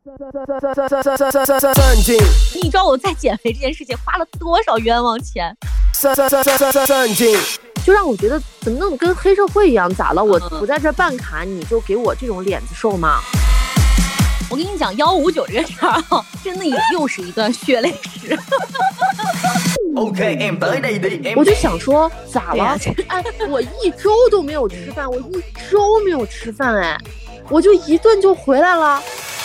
你知道我在减肥这件事情花了多少冤枉钱？ 就让我觉得怎么能跟黑社会一样？咋了？我不在这办卡，你就给我这种脸子受吗？ 我跟你讲159这个事儿啊，真的又是一段血泪史。 我就想说，咋了？哎，我1周都没有吃饭，我1周没有吃饭，哎，我就1顿就回来了。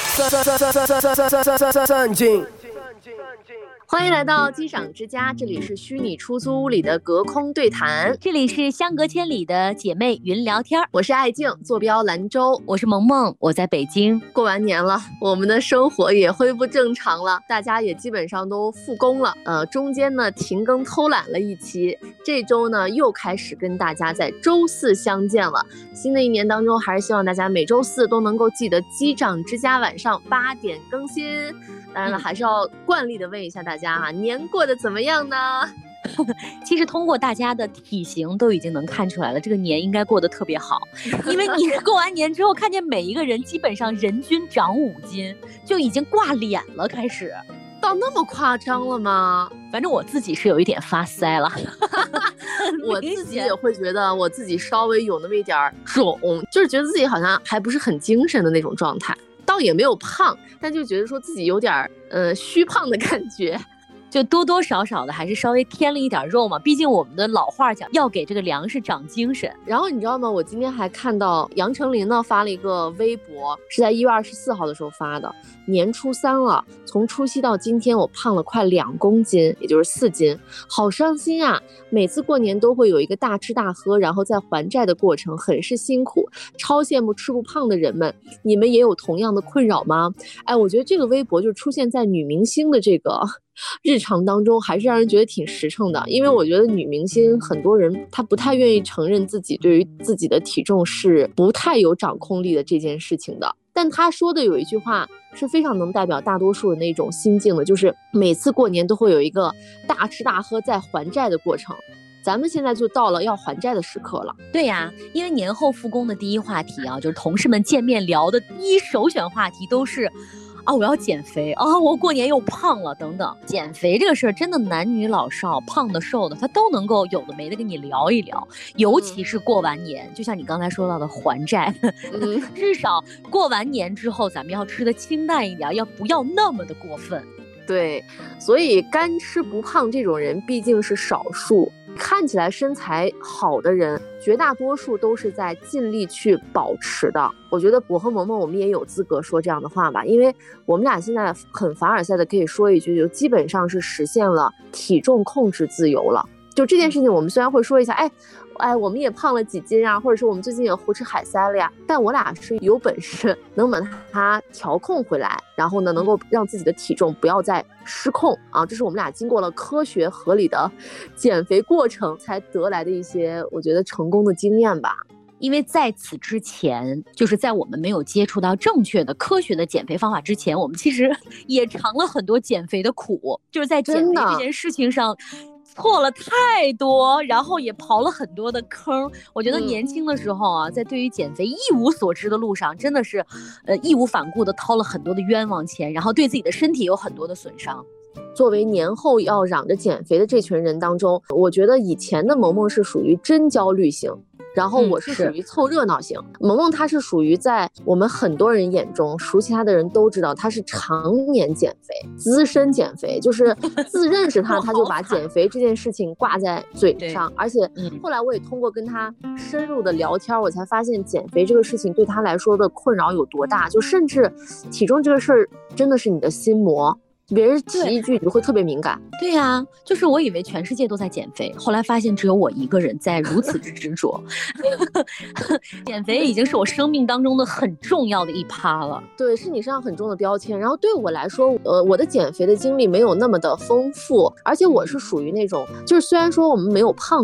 欢迎来到机长之家，这里是虚拟出租屋里的隔空对谈， 这里是相隔千里的姐妹云聊天。 我是爱静，坐标兰州。 我是萌萌，我在北京。 过完年了，我们的生活也恢复正常了，大家也基本上都复工了。中间呢停更偷懒了1期，这周呢又开始跟大家在周4相见了。新的一年当中，还是希望大家每周4都能够记得机长之家晚上8点更新。当然了，还是要惯例的问一下大家年过得怎么样呢？ 其实通过大家的体型都已经能看出来了，这个年应该过得特别好。因为你过完年之后，看见每一个人基本上人均长5斤，就已经挂脸了，开始。 到那么夸张了吗？ 反正我自己是有一点发腮了。 我自己也会觉得我自己稍微有那么一点肿，就是觉得自己好像还不是很精神的那种状态。倒也没有胖，但就觉得说自己有点虚胖的感觉， 就多多少少的还是稍微添了一点肉嘛。毕竟我们的老话讲，要给这个粮食长精神。 然后你知道吗？我今天还看到杨丞琳呢发了一个微博，是在1月24号的时候发的。年初3了，从除夕到今天，我胖了快2公斤，也就是4斤，好伤心啊！每次过年都会有一个大吃大喝，然后再还债的过程，很是辛苦。超羡慕吃不胖的人们，你们也有同样的困扰吗？哎，我觉得这个微博就出现在女明星的这个日常当中，还是让人觉得挺实诚的。因为我觉得女明星很多人她不太愿意承认自己对于自己的体重是不太有掌控力的这件事情的。但她说的有一句话是非常能代表大多数人的一种心境的，就是每次过年都会有一个大吃大喝再还债的过程。咱们现在就到了要还债的时刻了。 对呀，因为年后复工的第一话题啊，就是同事们见面聊的第一首选话题都是我要减肥啊，我过年又胖了等等。减肥这个事儿真的男女老少，胖的瘦的，他都能够有的没的跟你聊一聊。尤其是过完年，就像你刚才说到的还债，至少过完年之后咱们要吃的清淡一点，不要那么的过分。 对，所以干吃不胖这种人毕竟是少数，看起来身材好的人绝大多数都是在尽力去保持的。我觉得我和萌萌我们也有资格说这样的话吧，因为我们俩现在很凡尔赛的可以说一句，就基本上是实现了体重控制自由了。就这件事情我们虽然会说一下我们也胖了几斤啊，或者是我们最近也胡吃海塞了呀，但我俩是有本事能把它调控回来，然后呢能够让自己的体重不要再失控啊，这是我们俩经过了科学合理的减肥过程才得来的一些我觉得成功的经验吧。 因为在此之前，就是在我们没有接触到正确的科学的减肥方法之前，我们其实也尝了很多减肥的苦，就是在减肥这件事情上错了太多，然后也刨了很多的坑。我觉得年轻的时候啊，在对于减肥一无所知的路上，真的是义无反顾的掏了很多的冤枉钱，然后对自己的身体有很多的损伤。 作为年后要嚷着减肥的这群人当中，我觉得以前的萌萌是属于真焦虑型，然后我是属于凑热闹型。萌萌她是属于在我们很多人眼中，熟悉她的人都知道她是常年减肥、资深减肥，就是自认识她她就把减肥这件事情挂在嘴上。而且后来我也通过跟她深入的聊天，我才发现减肥这个事情对她来说的困扰有多大，就甚至体重这个事儿真的是你的心魔。别人提一句你就会特别敏感。 对呀，就是我以为全世界都在减肥，后来发现只有我一个人在如此之执着。减肥已经是我生命当中的很重要的一趴了。 对，是你身上很重的标签。然后对我来说，我的减肥的经历没有那么的丰富，而且我是属于那种，就是虽然说我们没有胖过，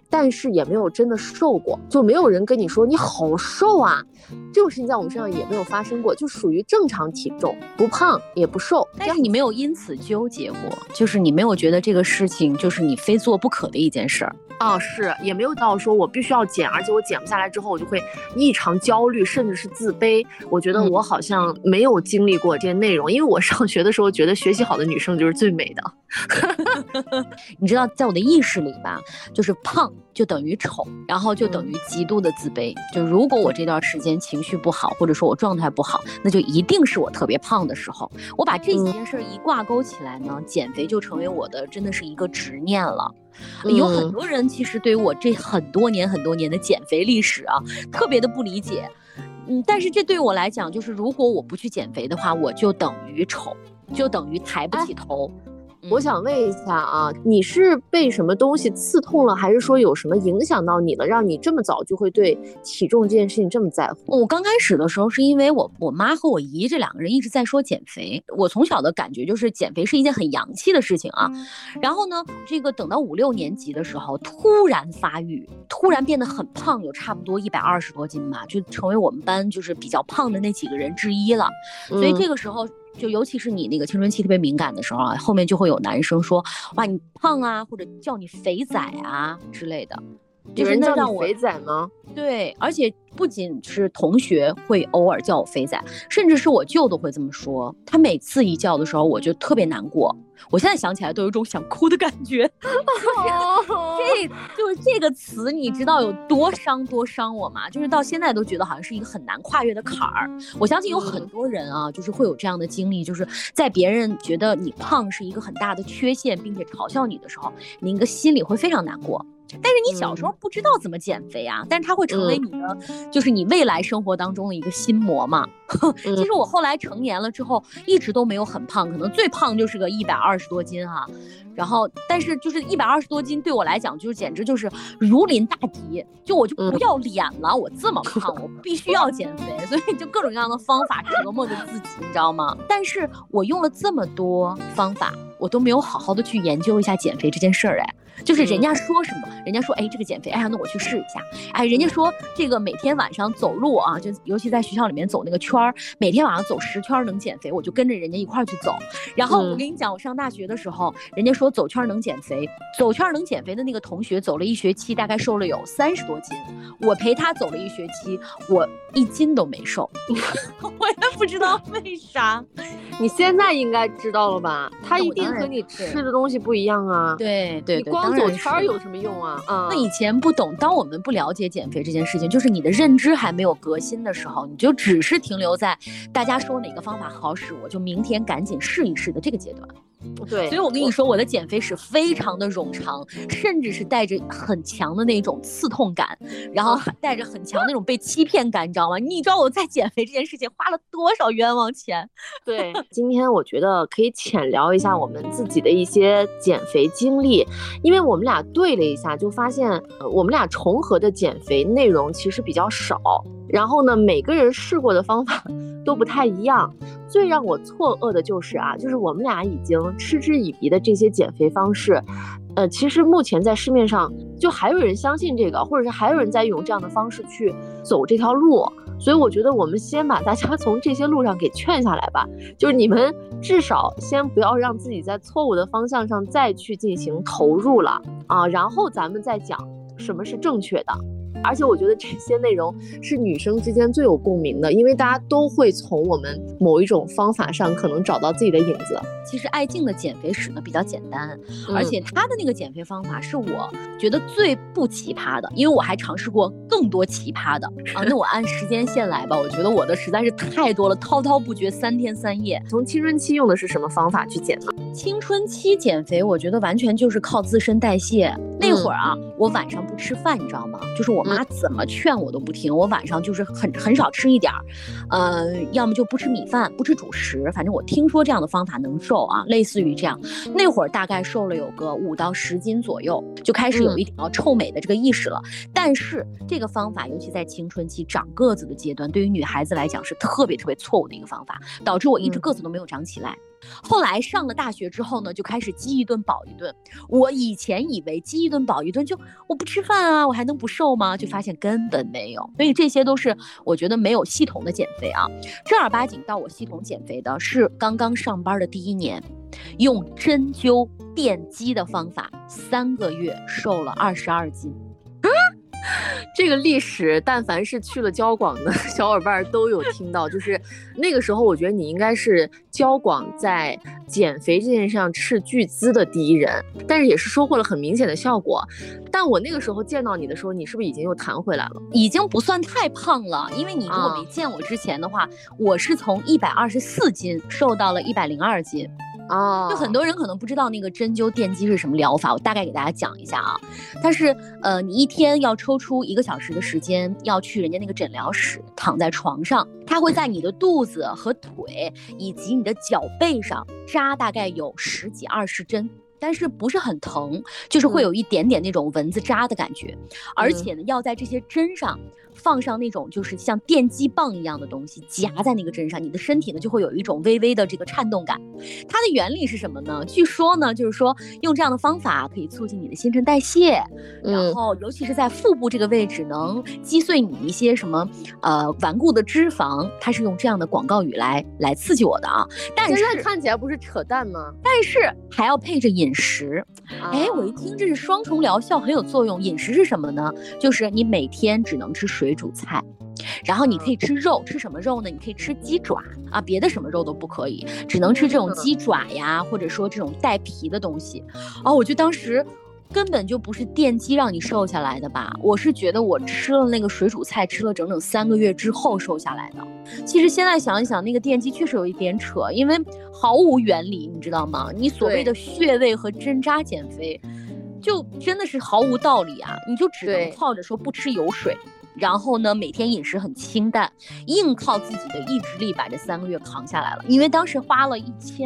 但是也没有真的瘦过，就没有人跟你说你好瘦啊，这种事情在我们身上也没有发生过，就属于正常体重，不胖也不瘦。 但是你没有因此纠结过，就是你没有觉得这个事情就是你非做不可的一件事儿。 是，也没有到说我必须要减，而且我减不下来之后我就会异常焦虑，甚至是自卑。我觉得我好像没有经历过这些内容，因为我上学的时候觉得学习好的女生就是最美的。 你知道，在我的意识里吧，就是胖就等于丑，然后就等于极度的自卑。就如果我这段时间情绪不好，或者说我状态不好，那就一定是我特别胖的时候。我把这几件事一挂钩起来呢，减肥就成为我的真的是一个执念了。有很多人其实对于我这很多年的减肥历史啊，特别的不理解。但是这对我来讲，就是如果我不去减肥的话，我就等于丑，就等于抬不起头。 我想问一下啊，你是被什么东西刺痛了，还是说有什么影响到你了，让你这么早就会对体重这件事情这么在乎？ 我刚开始的时候是因为我妈和我姨这两个人一直在说减肥，我从小的感觉就是减肥是一件很洋气的事情啊。然后呢，这个等到5、6年级的时候突然发育，突然变得很胖，有差不多120多斤吧，就成为我们班就是比较胖的那几个人之一了。所以这个时候就尤其是你那个青春期特别敏感的时候啊，后面就会有男生说哇你胖啊，或者叫你肥仔啊之类的。 有人叫你肥仔吗？ 对，而且不仅是同学会偶尔叫我肥仔，甚至是我舅都会这么说。他每次一叫的时候，我就特别难过。我现在想起来都有一种想哭的感觉。就是这个词，你知道有多伤我吗？就是到现在都觉得好像是一个很难跨越的坎儿。我相信有很多人啊，就是会有这样的经历，就是在别人觉得你胖是一个很大的缺陷，并且嘲笑你的时候，你那个心里会非常难过。但是你小时候不知道怎么减肥啊，但是它会成为你的，就是你未来生活当中的一个心魔嘛。其实我后来成年了之后，一直都没有很胖，可能最胖就是个120多斤哈。然后，但是就是120多斤对我来讲，就是简直就是如临大敌，我就不要脸了，我这么胖，我必须要减肥，所以就各种各样的方法折磨着自己，你知道吗？但是我用了这么多方法，我都没有好好的去研究一下减肥这件事儿，就是人家说什么，人家说这个减肥，那我去试一下，人家说这个每天晚上走路啊，就尤其在学校里面走那个圈儿，每天晚上走10圈能减肥，我就跟着人家一块去走。然后我跟你讲，我上大学的时候，人家说走圈能减肥，走圈能减肥的那个同学走了1学期，大概瘦了有30多斤，我陪他走了1学期，我1斤都没瘦。我也不知道为啥。 你现在应该知道了吧？他一定和你吃的东西不一样啊。 对， 你光走圈有什么用啊？ 那以前不懂，当我们不了解减肥这件事情，就是你的认知还没有革新的时候，你就只是停留在大家说哪个方法好使，我就明天赶紧试一试的这个阶段。 对， 所以我跟你说，我的减肥史非常的冗长，甚至是带着很强的那种刺痛感，然后带着很强那种被欺骗感，你知道吗？你知道我在减肥这件事情花了多少冤枉钱？ 对，今天我觉得可以浅聊一下我们自己的一些减肥经历，因为我们俩对了一下，就发现我们俩重合的减肥内容其实比较少。然后呢，每个人试过的方法都不太一样。最让我错愕的就是就是我们俩已经嗤之以鼻的这些减肥方式，其实目前在市面上就还有人相信这个，或者是还有人在用这样的方式去走这条路。所以我觉得我们先把大家从这些路上给劝下来吧，就是你们至少先不要让自己在错误的方向上再去进行投入了啊，然后咱们再讲什么是正确的。而且我觉得这些内容是女生之间最有共鸣的，因为大家都会从我们某一种方法上可能找到自己的影子。 其实爱静的减肥史呢比较简单，而且她的那个减肥方法是我觉得最不奇葩的，因为我还尝试过更多奇葩的啊。那我按时间线来吧，我觉得我的实在是太多了，滔滔不绝，3天3夜。 从青春期用的是什么方法去减呢？ 青春期减肥，我觉得完全就是靠自身代谢。那会儿我晚上不吃饭，你知道吗？就是我妈怎么劝我都不听，我晚上就是很少吃一点要么就不吃米饭，不吃主食，反正我听说这样的方法能瘦啊，类似于这样。那会儿大概瘦了有个5到10斤左右，就开始有一点要臭美的这个意识了。但是这个方法，尤其在青春期长个子的阶段，对于女孩子来讲是特别特别错误的一个方法，导致我一直个子都没有长起来。 后来上了大学之后呢，就开始饥一顿饱一顿。我以前以为饥一顿饱一顿就我不吃饭啊，我还能不瘦吗？就发现根本没有。所以这些都是我觉得没有系统的减肥啊。正儿八经到我系统减肥的是刚刚上班的第1年，用针灸电击的方法，3个月瘦了22斤。 这个历史，但凡是去了交广的小伙伴都有听到，就是那个时候，我觉得你应该是交广在减肥这件事上斥巨资的第一人，但是也是收获了很明显的效果。但我那个时候见到你的时候，你是不是已经又弹回来了？ 已经不算太胖了，因为你如果没见我之前的话，我是从124斤瘦到了102斤。就很多人可能不知道那个针灸电击是什么疗法，我大概给大家讲一下啊。它是你一天要抽出1个小时的时间，要去人家那个诊疗室，躺在床上，它会在你的肚子和腿以及你的脚背上扎大概有10几20针。但是不是很疼，就是会有一点点那种蚊子扎的感觉，而且呢，要在这些针上放上那种就是像电击棒一样的东西夹在那个针上，你的身体呢就会有一种微微的这个颤动感。它的原理是什么呢？据说呢，就是说用这样的方法可以促进你的新陈代谢，然后尤其是在腹部这个位置能击碎你一些什么顽固的脂肪，它是用这样的广告语来刺激我的啊。但是现在看起来不是扯淡吗？ 但是还要配着饮食。我一听这是双重疗效，很有作用。饮食是什么呢？就是你每天只能吃水煮菜，然后你可以吃肉，吃什么肉呢？你可以吃鸡爪啊，别的什么肉都不可以，只能吃这种鸡爪呀，或者说这种带皮的东西。我就当时根本就不是电击让你瘦下来的吧，我是觉得我吃了那个水煮菜，吃了整整3个月之后瘦下来的。其实现在想一想，那个电击确实有一点扯，因为毫无原理，你知道吗？你所谓的穴位和针扎减肥就真的是毫无道理啊，你就只能靠着说不吃油水，然后呢每天饮食很清淡，硬靠自己的意志力把这3个月扛下来了。因为当时花了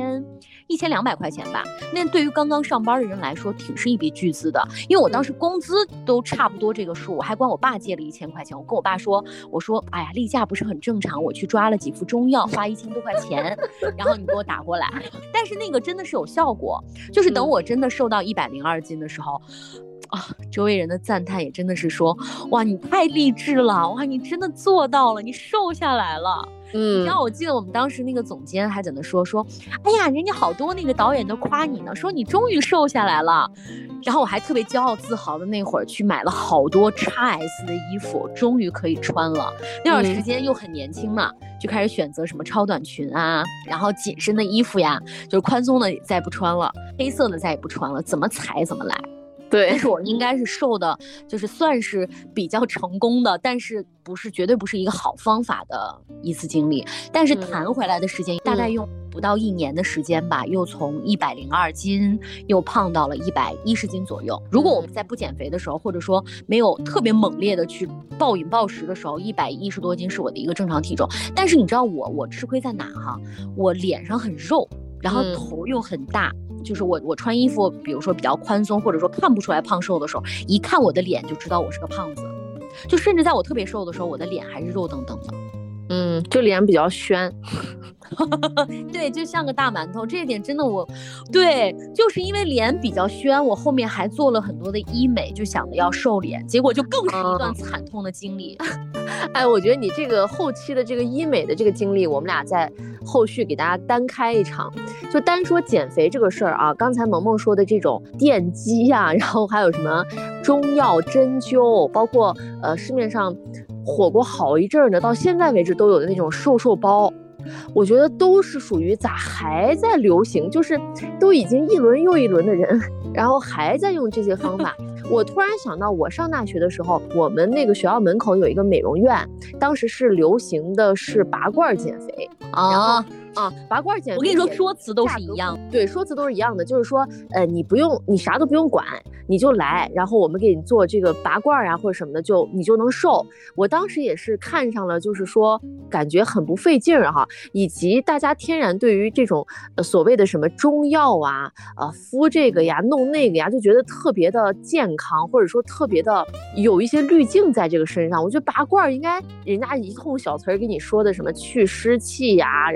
1200块钱吧，那对于刚刚上班的人来说挺是一笔巨资的。因为我当时工资都差不多这个数，我还管我爸借了1000块钱。我跟我爸说，我说哎呀，例假不是很正常，我去抓了几副中药，花1000多块钱，然后你给我打过来。但是那个真的是有效果，就是等我真的瘦到102斤的时候周围人的赞叹也真的是说，哇，你太励志了，哇，你真的做到了，你瘦下来了。你知道我记得我们当时那个总监还在那说，哎呀，人家好多那个导演都夸你呢，说你终于瘦下来了。然后我还特别骄傲自豪的那会儿去买了好多 XS 的衣服，终于可以穿了。那段时间又很年轻嘛，就开始选择什么超短裙啊，然后紧身的衣服呀，就是宽松的再也不穿了，黑色的再也不穿了，怎么裁怎么来。对，但是我应该是瘦的，就是算是比较成功的，但是绝对不是一个好方法的一次经历。但是弹回来的时间大概用不到1年的时间吧，又从102斤又胖到了110斤左右。如果我们在不减肥的时候，或者说没有特别猛烈的去暴饮暴食的时候，110多斤是我的一个正常体重。但是你知道我吃亏在哪哈？我脸上很肉，然后头又很大。就是我穿衣服，比如说比较宽松，或者说看不出来胖瘦的时候，一看我的脸就知道我是个胖子。就甚至在我特别瘦的时候，我的脸还是肉瞪瞪的。 就脸比较宣。 对，就像个大馒头。这一点真的对，就是因为脸比较宣，我后面还做了很多的医美，就想着要瘦脸，结果就更是一段惨痛的经历。 我觉得你这个后期的这个医美的这个经历，我们俩在后续给大家单开一场。就单说减肥这个事儿啊，刚才萌萌说的这种电击呀，然后还有什么中药针灸，包括市面上火过好一阵的，到现在为止都有的那种瘦包，我觉得都是属于咋还在流行，就是都已经一轮又一轮的人，然后还在用这些方法。我突然想到，我上大学的时候，我们那个学校门口有一个美容院，当时是流行的是拔罐减肥拔罐减肥， 我跟你说，说辞都是一样， 对，说辞都是一样的，就是说，你啥都不用管，你就来，然后我们给你做这个拔罐啊或者什么的，你就能瘦。我当时也是看上了，就是说感觉很不费劲哈，以及大家天然对于这种所谓的什么中药啊，敷这个呀，弄那个呀，就觉得特别的健康，或者说特别的有一些滤镜在这个身上。我觉得拔罐应该人家一通小词儿给你说的什么去湿气呀，然后调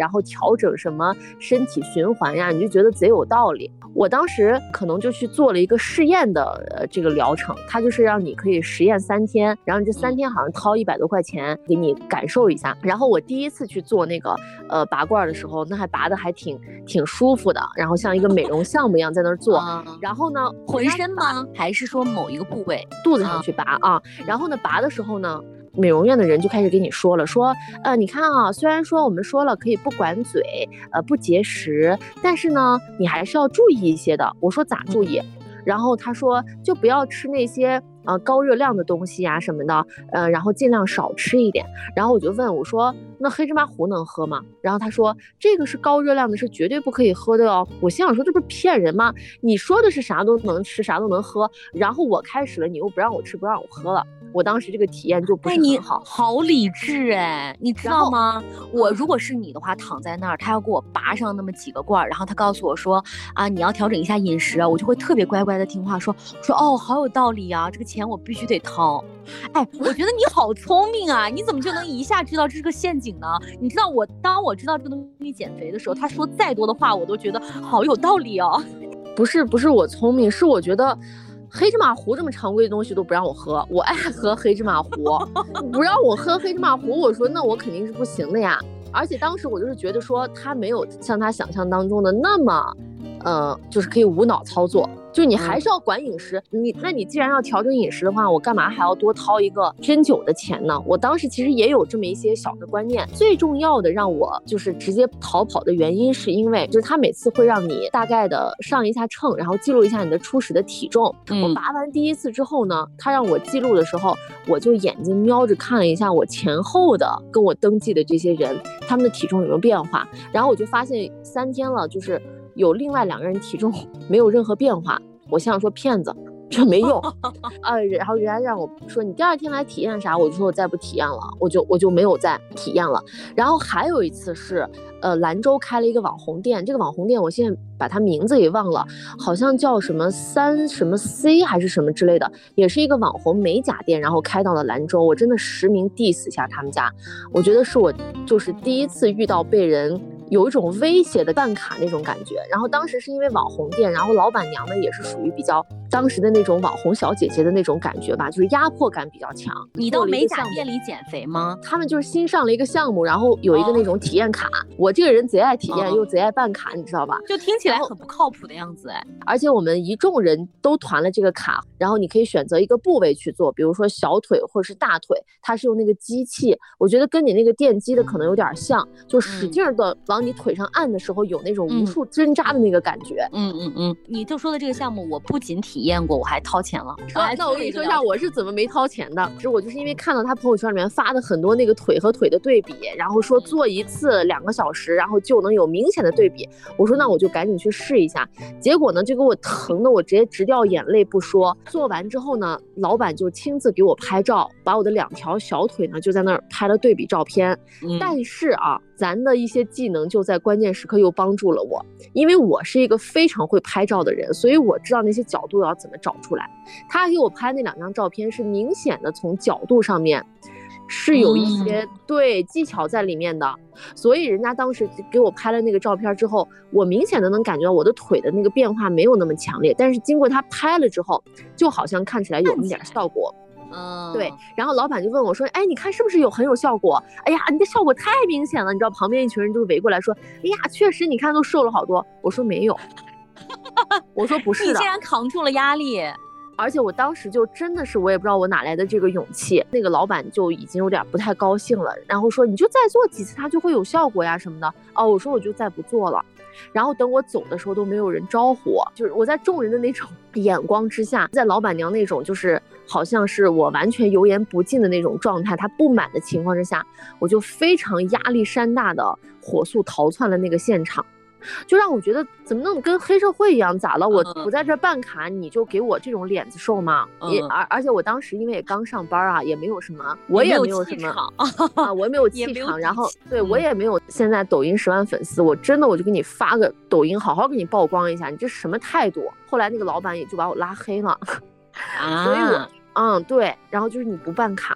调整什么身体循环呀，你就觉得贼有道理。我当时可能就去做了一个试验的这个疗程，它就是让你可以实验3天，然后这3天好像掏100多块钱给你感受一下。然后我第一次去做那个拔罐的时候，那还拔的还挺舒服的，然后像一个美容项目一样在那儿做。然后呢， 浑身吗？还是说某一个部位？ 肚子上去拔啊。然后呢，拔的时候呢，美容院的人就开始给你说了，说你看啊，虽然说我们说了可以不管嘴，不节食，但是呢，你还是要注意一些的。我说咋注意？然后他说就不要吃那些高热量的东西啊什么的，然后尽量少吃一点。然后我就问我说，那黑芝麻糊能喝吗？然后他说这个是高热量的，是绝对不可以喝的哦。我心想说这不是骗人吗？你说的是啥都能吃，啥都能喝，然后我开始了，你又不让我吃，不让我喝了。我当时这个体验就不是很好。 好理智哎，你知道吗？我如果是你的话，躺在那儿，他要给我拔上那么几个罐，然后他告诉我说你要调整一下饮食啊，我就会特别乖乖的听话，说哦，好有道理啊，这个钱我必须得掏。哎，我觉得你好聪明啊，你怎么就能一下知道这是个陷阱呢？你知道当我知道这个东西减肥的时候，他说再多的话我都觉得好有道理哦。 不是我聪明，是我觉得黑芝麻糊这么常规的东西都不让我喝，我爱喝黑芝麻糊，不让我喝黑芝麻糊，我说那我肯定是不行的呀。而且当时我就是觉得说他没有像他想象当中的那么就是可以无脑操作，就你还是要管饮食。那你既然要调整饮食的话，我干嘛还要多掏一个针灸的钱呢？我当时其实也有这么一些小的观念。最重要的让我就是直接逃跑的原因，是因为就是他每次会让你大概的上一下秤，然后记录一下你的初始的体重。我拔完第一次之后呢，他让我记录的时候，我就眼睛瞄着看了一下我前后的跟我登记的这些人，他们的体重有没有变化。然后我就发现3天了，就是有另外2个人体重没有任何变化。我想说骗子，这没用然后人家让我说你第2天来体验啥，我就说我再不体验了，我就没有再体验了。然后还有一次是兰州开了一个网红店，这个网红店我现在把它名字也忘了，好像叫什么3什么 C 还是什么之类的，也是一个网红美甲店，然后开到了兰州。我真的实名 diss 一下他们家，我觉得是我就是第一次遇到被人有一种威胁的办卡那种感觉。然后当时是因为网红店，然后老板娘呢也是属于比较当时的那种网红小姐姐的那种感觉吧，就是压迫感比较强。 你到美甲店里减肥吗？ 他们就是新上了一个项目，然后有一个那种体验卡。我这个人贼爱体验又贼爱办卡，你知道吧？ 就听起来很不靠谱的样子哎。 而且我们一众人都团了这个卡，然后你可以选择一个部位去做，比如说小腿或者是大腿，它是用那个机器，我觉得跟你那个电击的可能有点像，就使劲的往你腿上按的时候有那种无数针扎的那个感觉。 你就说的这个项目我不仅体验过，我还掏钱了。 那我跟你说一下我是怎么没掏钱的。我就是因为看到他朋友圈里面发的很多那个腿和腿的对比，然后说做一次2个小时然后就能有明显的对比，我说那我就赶紧去试一下。结果呢就给我疼的我直接直掉眼泪不说。做完之后呢，老板就亲自给我拍照，把我的2条小腿呢就在那儿拍了对比照片。但是咱的一些技能就在关键时刻又帮助了我，因为我是一个非常会拍照的人，所以我知道那些角度要怎么找出来。他给我拍那2张照片是明显的从角度上面是有一些对技巧在里面的，所以人家当时给我拍了那个照片之后，我明显的能感觉到我的腿的那个变化没有那么强烈，但是经过他拍了之后，就好像看起来有一点效果。对，然后老板就问我说，哎，你看是不是很有效果？哎呀，你的效果太明显了，你知道旁边一群人都围过来说，哎呀，确实你看都瘦了好多。我说没有，我说不是的。 你竟然扛住了压力。 而且我当时就真的是我也不知道我哪来的这个勇气，那个老板就已经有点不太高兴了，然后说你就再做几次它就会有效果呀什么的。我说我就再不做了。然后等我走的时候都没有人招呼我，就是我在众人的那种眼光之下，在老板娘那种就是好像是我完全油盐不进的那种状态，她不满的情况之下，我就非常压力山大的火速逃窜了那个现场。就让我觉得怎么能跟黑社会一样，咋了？我不在这办卡，你就给我这种脸子受吗？而且我当时因为也刚上班也没有什么，我也没有什么我也没有气场，然后对我也没有现在抖音10万粉丝，我真的我就给你发个抖音，好好给你曝光一下，你这什么态度？后来那个老板也就把我拉黑了，所以我对，然后就是你不办卡。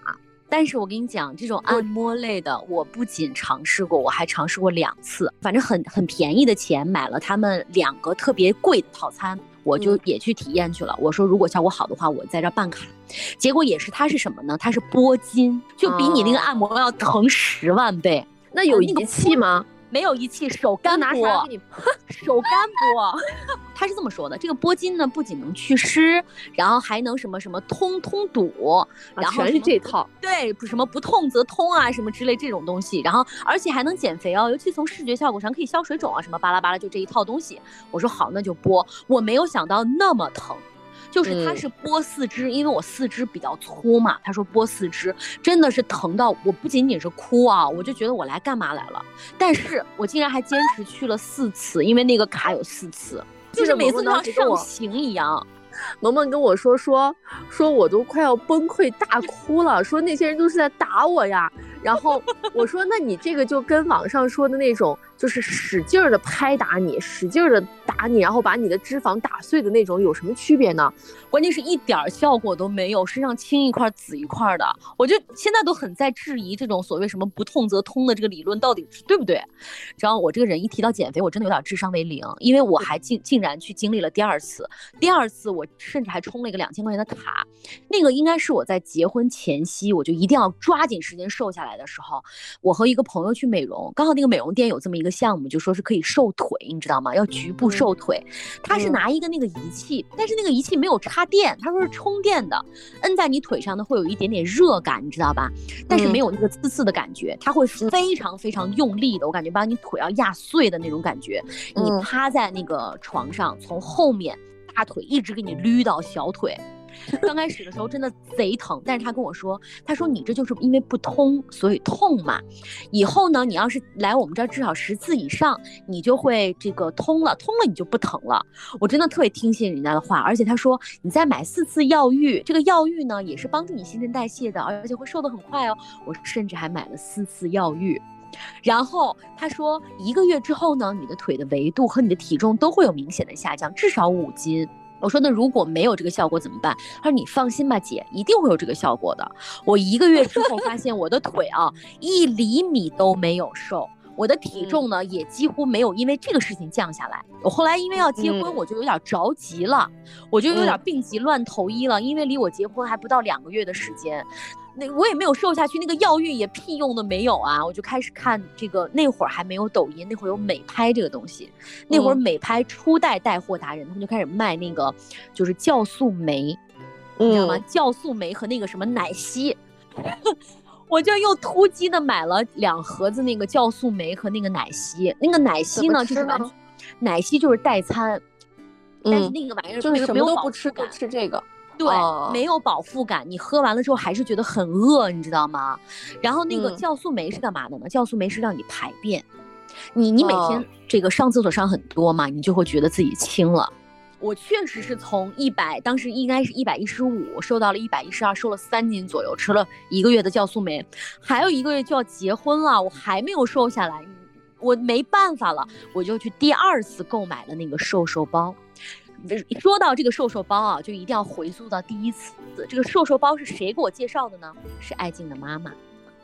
但是我跟你讲，这种按摩类的，我不仅尝试过，我还尝试过2次，反正很便宜的钱买了他们2个特别贵的套餐，我就也去体验去了。我说如果效果好的话，我在这办卡。结果也是，它是什么呢？它是拨筋，就比你那个按摩要疼10万倍。 那有仪器吗？ 没有仪器，手干拿啥给你手干拨。他是这么说的，这个拨筋呢不仅能祛湿，然后还能什么什么通堵，然后全是这套。 对，什么不痛则通啊，什么之类这种东西，然后而且还能减肥哦，尤其从视觉效果上可以消水肿啊，什么巴拉巴拉，就这一套东西。我说好，那就拨。我没有想到那么疼。就是他是拨4肢，因为我4肢比较粗嘛，他说拨4肢真的是疼到我不仅仅是哭啊，我就觉得我来干嘛来了，但是我竟然还坚持去了4次，因为那个卡有4次，就是每次都要上刑一样。 萌萌跟我说我都快要崩溃大哭了，说那些人都是在打我呀。然后我说那你这个就跟网上说的那种就是使劲的拍打你，使劲的打你，然后把你的脂肪打碎的那种有什么区别呢？ 关键是一点效果都没有，身上青一块紫一块的。我就现在都很在质疑这种所谓什么不痛则通的这个理论到底是对不对。然后我这个人一提到减肥，我真的有点智商为0，因为我还竟然去经历了第2次。第2次我甚至还充了一个2000块钱的卡，那个应该是我在结婚前夕，我就一定要抓紧时间瘦下来的时候，我和一个朋友去美容，刚好那个美容店有这么一个项目，就说是可以瘦腿，你知道吗？要局部瘦腿。他是拿一个那个仪器，但是那个仪器没有插电，他说是充电的，摁在你腿上呢会有一点点热感，你知道吧？但是没有那个刺的感觉，它会非常非常用力的，我感觉把你腿要压碎的那种感觉。你趴在那个床上，从后面大腿一直给你捋到小腿。刚开始的时候真的贼疼，但是他跟我说，他说你这就是因为不通所以痛嘛，以后呢你要是来我们这儿至少10次以上，你就会这个通了你就不疼了。我真的特别听信人家的话，而且他说你再买4次药浴，这个药浴呢也是帮助你新陈代谢的，而且会瘦得很快哦。我甚至还买了4次药浴。然后他说1个月之后呢，你的腿的维度和你的体重都会有明显的下降，至少5斤。我说那如果没有这个效果怎么办？他说你放心吧姐，一定会有这个效果的。我1个月之后发现我的腿啊1厘米都没有瘦，我的体重呢也几乎没有因为这个事情降下来。我后来因为要结婚，我就有点着急了，我就有点病急乱投医了，因为离我结婚还不到2个月的时间。我也没有瘦下去，那个药浴也屁用都没有啊！我就开始看这个，那会儿还没有抖音，那会儿有美拍这个东西，那会儿美拍初代带货达人，他们就开始卖那个就是酵素酶，你知道吗？酵素酶和那个什么奶昔，我就又突击的买了2盒子那个酵素酶和那个奶昔。那个奶昔呢，就是奶昔就是代餐，但是那个玩意儿就是什么都不吃，就吃这个。 对，没有饱腹感，你喝完了之后还是觉得很饿，你知道吗？然后那个酵素酶是干嘛的呢？酵素酶是让你排便，你每天这个上厕所上很多嘛，你就会觉得自己轻了。我确实是从100，当时应该是115，瘦到了112，瘦了3斤左右，吃了1个月的酵素酶，还有1个月就要结婚了，我还没有瘦下来，我没办法了，我就去第2次购买了那个瘦包。说到这个瘦包啊，就一定要回溯到第1次。这个瘦包是谁给我介绍的呢？是爱静的妈妈。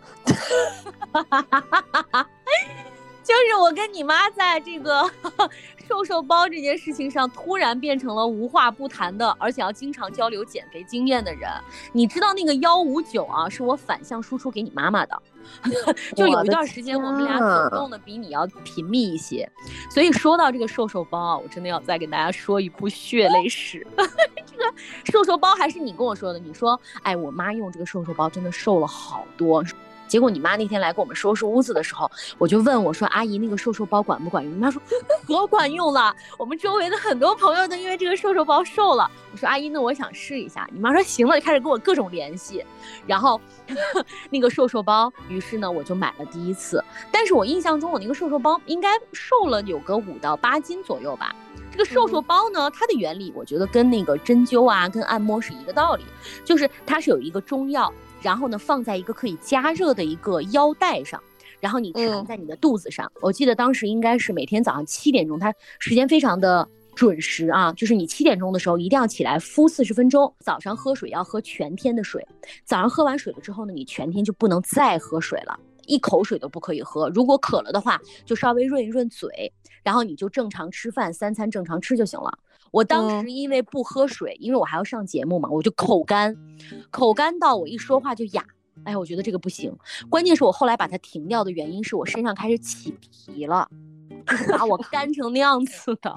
就是我跟你妈在这个瘦包这件事情上突然变成了无话不谈的，而且要经常交流减肥经验的人。你知道那个159啊，是我反向输出给你妈妈的。就有一段时间我们俩走动的比你要频密一些，所以说到这个瘦包啊，我真的要再跟大家说一部血泪史。这个瘦包还是你跟我说的，你说哎，我妈用这个瘦包真的瘦了好多。结果你妈那天来给我们收拾屋子的时候，我就问我说阿姨那个瘦包管不管用？你妈说可管用了，我们周围的很多朋友都因为这个瘦包瘦了。我说阿姨那我想试一下，你妈说行了，就开始跟我各种联系，然后那个瘦包，于是呢我就买了第1次。但是我印象中我那个瘦包应该瘦了有个5到8斤左右吧。这个瘦包呢，它的原理我觉得跟那个针灸啊跟按摩是一个道理，就是它是有一个中药，然后呢放在一个可以加热的一个腰带上，然后你缠在你的肚子上。我记得当时应该是每天早上7点钟，它时间非常的准时啊，就是你7点钟的时候一定要起来敷40分钟，早上喝水要喝全天的水，早上喝完水了之后呢，你全天就不能再喝水了，一口水都不可以喝，如果渴了的话就稍微润一润嘴，然后你就正常吃饭，3餐正常吃就行了。我当时因为不喝水，因为我还要上节目嘛，我就口干到我一说话就哑。哎，我觉得这个不行，关键是我后来把它停掉的原因是我身上开始起皮了，就是把我干成那样子的。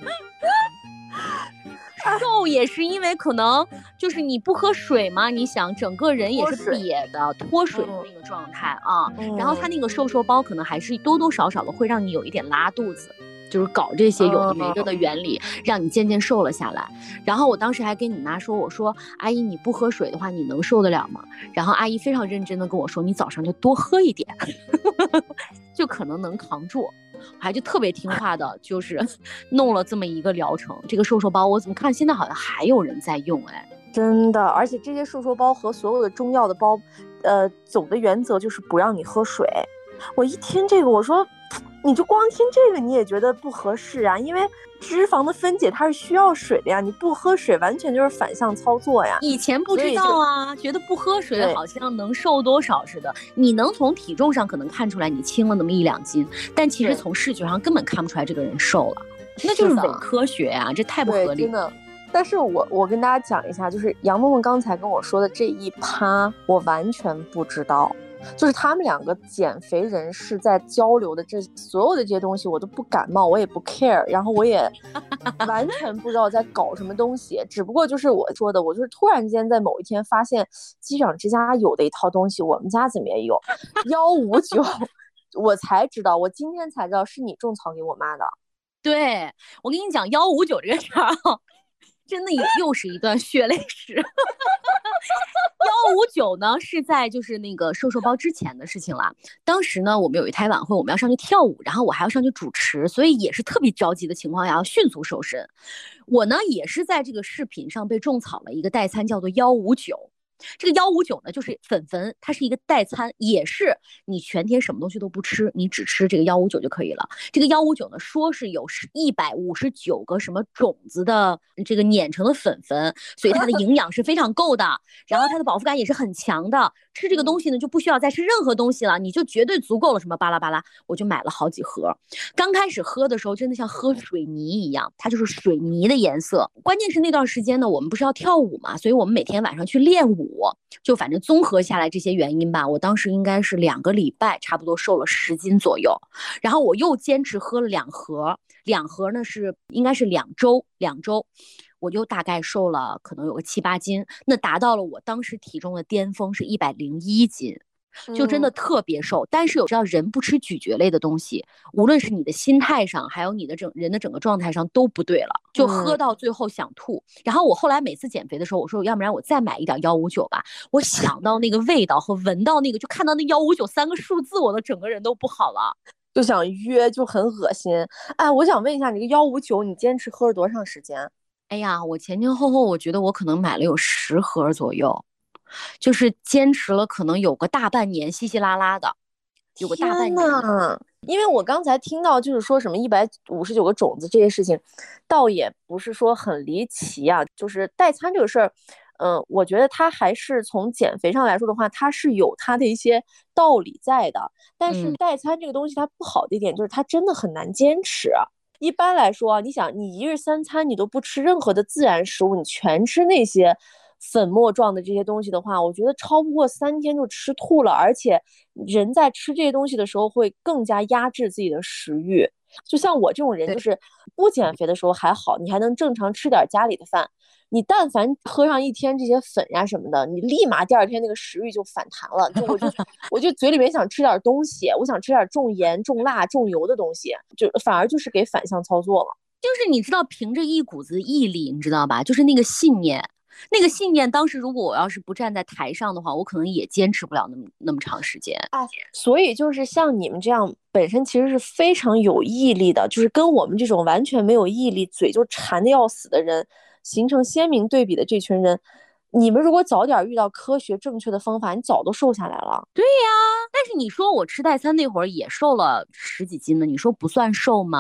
瘦也是因为可能就是你不喝水嘛，你想整个人也是瘪的脱水的那个状态啊，然后它那个瘦瘦包可能还是多多少少的会让你有一点拉肚子，就是搞这些有的没的的原理，让你渐渐瘦了下来。然后我当时还跟你妈说，我说阿姨你不喝水的话你能受得了吗？然后阿姨非常认真的跟我说，你早上就多喝一点就可能能扛住。我还就特别听话的，就是弄了这么一个疗程。这个瘦瘦包我怎么看现在好像还有人在用？哎， 真的，而且这些瘦瘦包和所有的中药的包，总的原则就是不让你喝水。我一听这个，我说你就光听这个你也觉得不合适啊，因为脂肪的分解它是需要水的呀，你不喝水完全就是反向操作呀。 以前不知道啊，觉得不喝水好像能瘦多少似的，你能从体重上可能看出来你轻了那么1-2斤，但其实从视觉上根本看不出来这个人瘦了，那就是伪科学呀，这太不合理了。真的。 但是我跟大家讲一下，就是杨梦梦刚才跟我说的这一趴我完全不知道，就是他们2个减肥人士在交流的这所有的这些东西我都不感冒，我也不 care， 然后我也完全不知道在搞什么东西只不过就是我说的，我就是突然间在某一天发现机长之家有的一套东西我们家怎么也有159我才知道，我今天才知道是你种草给我妈的。 对，我跟你讲159这个事儿真的又是一段血泪史159呢是在就是那个瘦瘦包之前的事情了。当时呢我们有一台晚会，我们要上去跳舞，然后我还要上去主持，所以也是特别着急的情况下要迅速瘦身。我呢也是在这个视频上被种草了一个代餐叫做159，这个159呢就是粉粉，它是一个代餐，也是你全天什么东西都不吃，你只吃这个159就可以了。这个159呢说是有159个什么种子的这个碾成的粉粉，所以它的营养是非常够的，然后它的饱腹感也是很强的，吃这个东西呢就不需要再吃任何东西了，你就绝对足够了，什么巴拉巴拉。我就买了好几盒，刚开始喝的时候真的像喝水泥一样，它就是水泥的颜色。关键是那段时间呢我们不是要跳舞嘛，所以我们每天晚上去练舞，就反正综合下来这些原因吧，我当时应该是2个礼拜差不多瘦了10斤左右，然后我又坚持喝了2盒呢是应该是2周，我就大概瘦了可能有个7-8斤，那达到了我当时体重的巅峰是101斤，就真的特别瘦。但是有知道人不吃咀嚼类的东西，无论是你的心态上还有你的人的整个状态上都不对了，就喝到最后想吐。然后我后来每次减肥的时候我说要不然我再买一点159吧，我想到那个味道和闻到那个就看到那159 3个数字我的整个人都不好了， 就想约，就很恶心。哎，我想问一下你这个159你坚持喝了多长时间？ 哎呀，我前前后后我觉得我可能买了有10盒左右，就是坚持了可能有个大半年，稀稀拉拉的，有个大半年。 因为我刚才听到就是说什么159个种子这些事情，倒也不是说很离奇啊，就是代餐这个事儿，我觉得它还是从减肥上来说的话，它是有它的一些道理在的。但是代餐这个东西它不好的一点就是它真的很难坚持。一般来说，你想你1日3餐你都不吃任何的自然食物，你全吃那些粉末状的这些东西的话，我觉得超不过3天就吃吐了，而且人在吃这些东西的时候会更加压制自己的食欲。就像我这种人，就是不减肥的时候还好，你还能正常吃点家里的饭，你但凡喝上1天这些粉呀什么的，你立马第2天那个食欲就反弹了，我就嘴里面想吃点东西，我想吃点重盐重辣重油的东西，就反而就是给反向操作了。 就是你知道凭着一股子毅力，你知道吧，就是那个信念，当时如果我要是不站在台上的话，我可能也坚持不了那么长时间。 所以就是像你们这样本身其实是非常有毅力的，就是跟我们这种完全没有毅力嘴就馋的要死的人形成鲜明对比的这群人，你们如果早点遇到科学正确的方法，你早都瘦下来了。 对呀，但是你说我吃代餐那会儿也瘦了10几斤呢，你说不算瘦吗？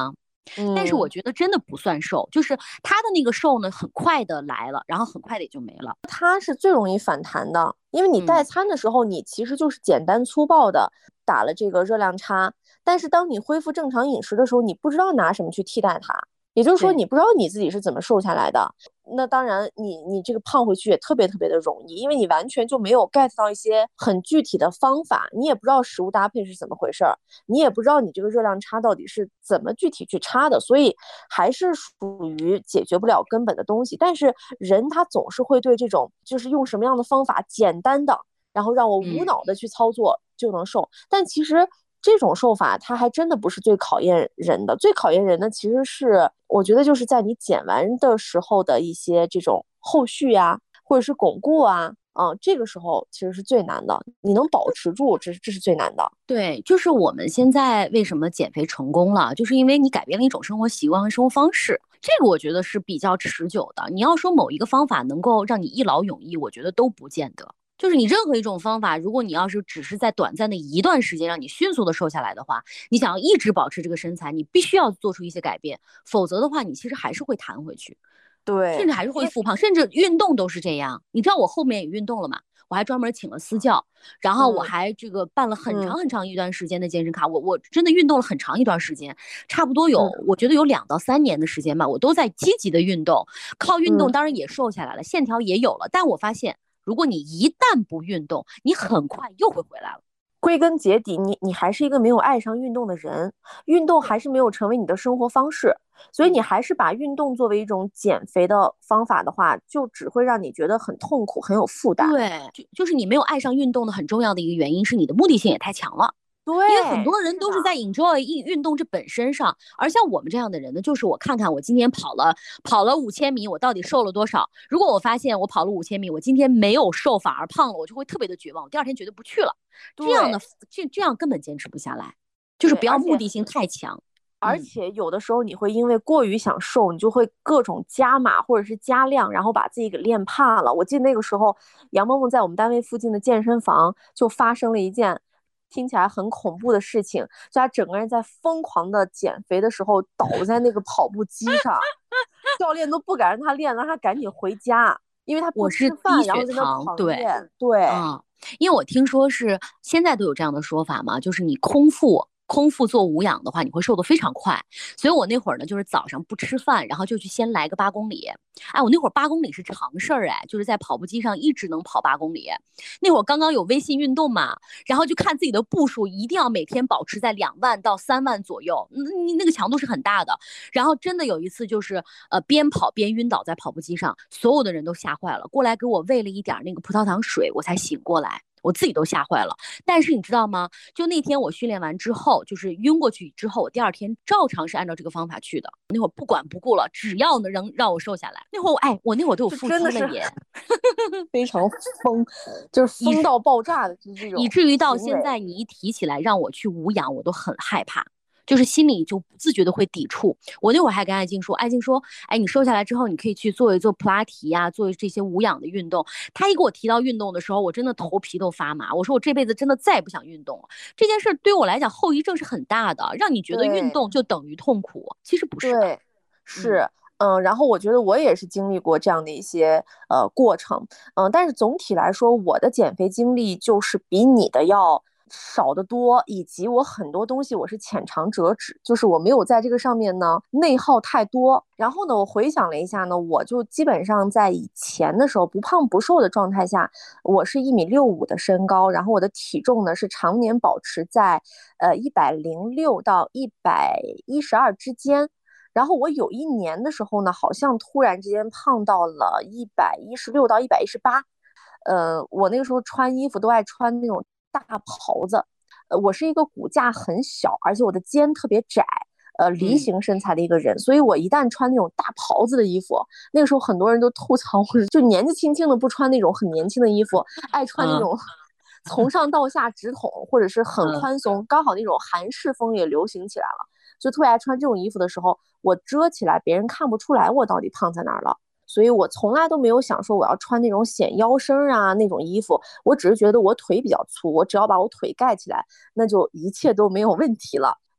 但是我觉得真的不算瘦，就是他的那个瘦呢，很快的来了，然后很快的也就没了。 它是最容易反弹的，因为你代餐的时候，你其实就是简单粗暴的打了这个热量差，但是当你恢复正常饮食的时候，你不知道拿什么去替代它，也就是说你不知道你自己是怎么瘦下来的。那当然你这个胖回去也特别特别的容易，因为你完全就没有 get 到一些很具体的方法，你也不知道食物搭配是怎么回事，你也不知道你这个热量差到底是怎么具体去差的，所以还是属于解决不了根本的东西。但是人他总是会对这种就是用什么样的方法简单的，然后让我无脑的去操作就能瘦，但其实这种瘦法它还真的不是最考验人的，最考验人的其实是我觉得就是在你减完的时候的一些这种后续呀，或者是巩固啊，这个时候其实是最难的，你能保持住，这是最难的。 对，就是我们现在为什么减肥成功了，就是因为你改变了一种生活习惯和生活方式，这个我觉得是比较持久的。你要说某一个方法能够让你一劳永逸，我觉得都不见得。就是你任何一种方法，如果你要是只是在短暂的一段时间让你迅速的瘦下来的话，你想要一直保持这个身材，你必须要做出一些改变，否则的话，你其实还是会弹回去， 对， 甚至还是会复胖，甚至运动都是这样。你知道我后面也运动了嘛？我还专门请了私教，然后我还这个办了很长很长一段时间的健身卡，我真的运动了很长一段时间，差不多我觉得有2到3年的时间吧，我都在积极的运动，靠运动当然也瘦下来了，线条也有了，但我发现如果你一旦不运动，你很快又会回来了。 归根结底，你还是一个没有爱上运动的人，运动还是没有成为你的生活方式，所以你还是把运动作为一种减肥的方法的话，就只会让你觉得很痛苦，很有负担。 对，就是你没有爱上运动的很重要的一个原因是你的目的性也太强了。 对， 因为很多人都是在 enjoy 运动这本身上，而像我们这样的人呢，就是我看看我今天跑了5000米，我到底瘦了多少？如果我发现我跑了5000米，我今天没有瘦反而胖了，我就会特别的绝望，我第二天绝对不去了。这样的这样根本坚持不下来，就是不要目的性太强。 而且有的时候你会因为过于想瘦，你就会各种加码或者是加量，然后把自己给练怕了。我记得那个时候，杨萌萌在我们单位附近的健身房就发生了一件听起来很恐怖的事情，就他整个人在疯狂的减肥的时候倒在那个跑步机上，教练都不敢让他练，让他赶紧回家，因为他不吃饭，然后在那狂练。对， 因为我听说是现在都有这样的说法嘛，就是你空腹做无氧的话，你会瘦得非常快。所以我那会儿呢，就是早上不吃饭，然后就去先来个8公里。哎，我那会儿8公里是常事儿，哎，就是在跑步机上一直能跑8公里。那会儿刚刚有微信运动嘛，然后就看自己的步数，一定要每天保持在2万到3万左右，那个强度是很大的。然后真的有一次就是边跑边晕倒在跑步机上，所有的人都吓坏了，过来给我喂了一点那个葡萄糖水，我才醒过来。我自己都吓坏了，但是你知道吗？就那天我训练完之后，就是晕过去之后，我第二天照常是按照这个方法去的。那会儿不管不顾了，只要能让我瘦下来。那会儿我那会儿都有腹肌了也， 非常疯，就是疯到爆炸的这种， 以至于到现在你一提起来让我去无氧，我都很害怕。就是心里就不自觉的会抵触。我那会儿还跟艾静说，哎，你瘦下来之后，你可以去做一做普拉提呀，做这些无氧的运动。他一给我提到运动的时候，我真的头皮都发麻。我说我这辈子真的再也不想运动了。这件事对我来讲后遗症是很大的，让你觉得运动就等于痛苦，其实不是的。 对，是。然后我觉得我也是经历过这样的一些过程，但是总体来说，我的减肥经历就是比你的要少得多，以及我很多东西我是浅尝辄止，就是我没有在这个上面呢内耗太多。然后呢，我回想了一下呢，我就基本上在以前的时候不胖不瘦的状态下，我是1.65米的身高，然后我的体重呢是常年保持在106到112之间。然后我有一年的时候呢，好像突然之间胖到了116到118。我那个时候穿衣服都爱穿那种大袍子。我是一个骨架很小，而且我的肩特别窄，梨形身材的一个人，所以我一旦穿那种大袍子的衣服，那个时候很多人都吐槽我，就年纪轻轻的不穿那种很年轻的衣服，爱穿那种从上到下直筒或者是很宽松，刚好那种韩式风也流行起来了。就特别爱穿这种衣服的时候，我遮起来，别人看不出来我到底胖在哪儿了。所以我从来都没有想说我要穿那种显腰身啊那种衣服，我只是觉得我腿比较粗，我只要把我腿盖起来，那就一切都没有问题了。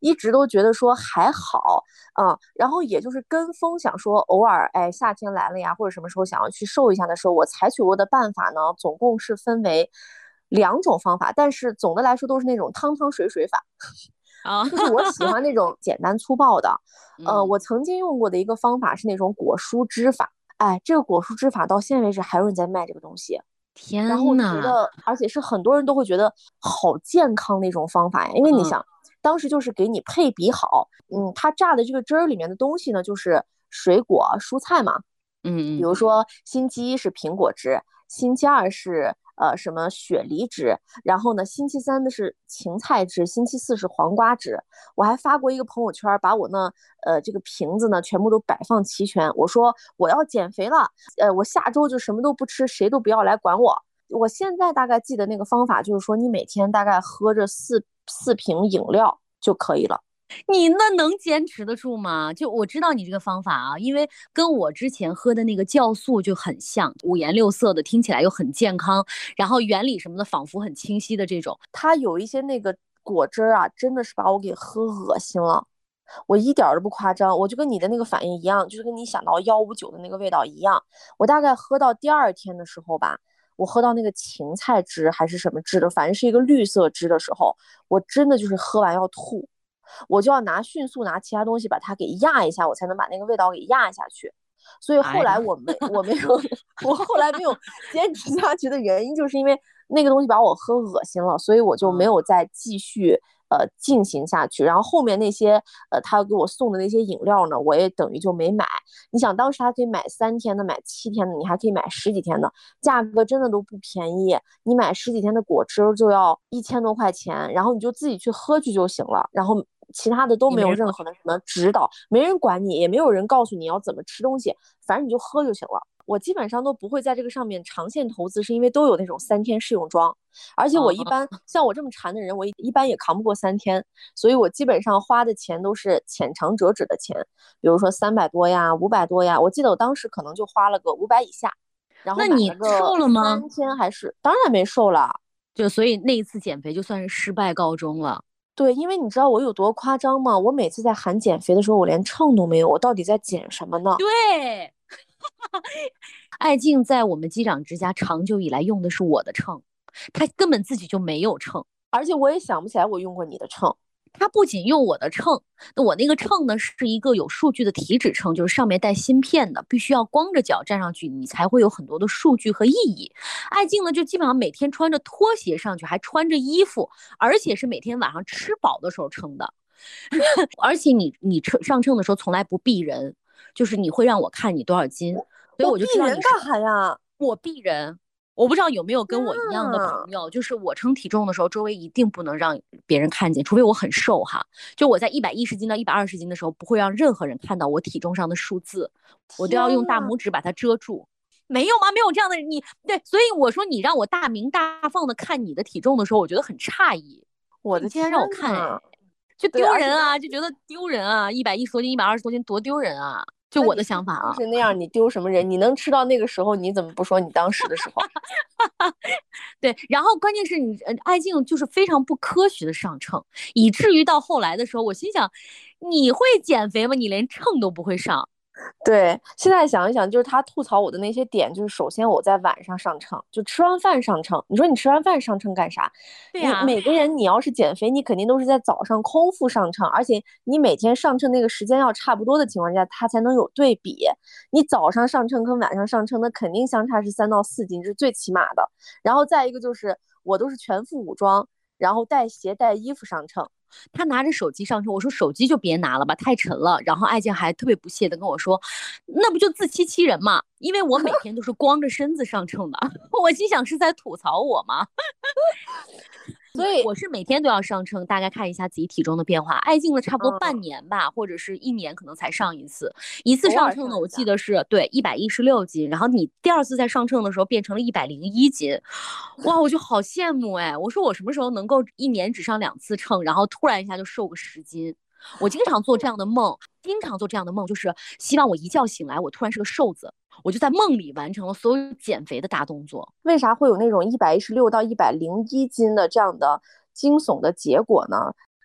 一直都觉得说还好，然后也就是跟风想说偶尔夏天来了呀，或者什么时候想要去瘦一下的时候，我采取过的办法呢，总共是分为2种方法，但是总的来说都是那种汤汤水水法。就是我喜欢那种简单粗暴的，我曾经用过的一个方法是那种果蔬汁法，这个果蔬汁法到现在为止还有人在卖这个东西，然后我就觉得，而且是很多人都会觉得好健康那种方法呀，因为你想，当时就是给你配比好，它榨的这个汁儿里面的东西呢，就是水果、蔬菜嘛，比如说星期一是苹果汁，星期二是什么雪梨汁，然后呢星期三的是芹菜汁，星期四是黄瓜汁。我还发过一个朋友圈，把我呢这个瓶子呢全部都摆放齐全。我说我要减肥了，我下周就什么都不吃，谁都不要来管我。我现在大概记得那个方法就是说，你每天大概喝着四瓶饮料就可以了。 你那能坚持得住吗？就我知道你这个方法啊，因为跟我之前喝的那个酵素就很像，五颜六色的，听起来又很健康，然后原理什么的仿佛很清晰的这种。 它有一些那个果汁啊，真的是把我给喝恶心了。我一点都不夸张，我就跟你的那个反应一样，就是跟你想到159的那个味道一样。我大概喝到第2天的时候吧，我喝到那个芹菜汁还是什么汁的，反正是一个绿色汁的时候，我真的就是喝完要吐。我就要迅速拿其他东西把它给压一下，我才能把那个味道给压下去。所以后来我没有，我后来没有坚持下去的原因，就是因为那个东西把我喝恶心了，所以我就没有再继续进行下去。然后后面那些他给我送的那些饮料呢，我也等于就没买。你想当时还可以买3天的，买7天的，你还可以买10几天的，价格真的都不便宜。你买10几天的果汁就要1000多块钱，然后你就自己去喝去就行了，然后其他的都没有任何的什么指导，没人管你，也没有人告诉你要怎么吃东西，反正你就喝就行了。我基本上都不会在这个上面长线投资，是因为都有那种3天试用装，而且我一般像我这么馋的人，我一般也扛不过3天，所以我基本上花的钱都是浅尝辄止的钱，比如说300多呀、500多呀，我记得我当时可能就花了个500以下，然后那你瘦了吗 ？3天还是当然没瘦了， 就所以那一次减肥就算是失败告终了。 对，因为你知道我有多夸张吗？我每次在喊减肥的时候，我连秤都没有，我到底在减什么呢？ 对，艾静在我们机长之家长久以来用的是我的秤，她根本自己就没有秤， 而且我也想不起来我用过你的秤。 他不仅用我的秤，那我那个秤呢是一个有数据的体脂秤，就是上面带芯片的，必须要光着脚站上去，你才会有很多的数据和意义。艾静呢就基本上每天穿着拖鞋上去，还穿着衣服，而且是每天晚上吃饱的时候称的。而且你上秤的时候从来不避人，就是你会让我看你多少斤，所以我就知道你避人干啥呀？ 我避人。我不知道有没有跟我一样的朋友，就是我称体重的时候，周围一定不能让别人看见，除非我很瘦哈。就我在110斤到120斤的时候，不会让任何人看到我体重上的数字，我都要用大拇指把它遮住。没有吗？没有这样的人，你对，所以我说你让我大明大放的看你的体重的时候，我觉得很诧异。 我的天， 让我看，就丢人啊，就觉得丢人啊，110多斤、120多斤多丢人啊。就我的想法啊， 是那样，你丢什么人？你能吃到那个时候，你怎么不说你当时的时候？ 对，然后关键是你艾静就是非常不科学的上秤，以至于到后来的时候，我心想，你会减肥吗？你连秤都不会上。 对，现在想一想，就是他吐槽我的那些点，就是首先我在晚上上秤，就吃完饭上秤。你说你吃完饭上秤干啥？ 对呀， 你每个人你要是减肥，你肯定都是在早上空腹上秤，而且你每天上秤那个时间要差不多的情况下，它才能有对比。你早上上秤跟晚上上秤，那肯定相差是3到4斤，这是最起码的。然后再一个就是我都是全副武装，然后带鞋带衣服上秤。 他拿着手机上秤，我说手机就别拿了吧，太沉了。然后艾静还特别不屑的跟我说，那不就自欺欺人嘛？因为我每天都是光着身子上秤的。我心想是在吐槽我吗？ 所以我是每天都要上秤，大概看一下自己体重的变化。艾静呢，差不多半年吧，或者是1年可能才上一次。一次上秤呢，我记得是对116斤，然后你第2次再上秤的时候变成了101斤，哇，我就好羡慕哎！我说我什么时候能够1年只上2次秤，然后突然一下就瘦个10斤？我经常做这样的梦，就是希望我一觉醒来，我突然是个瘦子。我就在梦里完成了所有减肥的大动作。 为啥会有那种116到101斤的这样的惊悚的结果呢？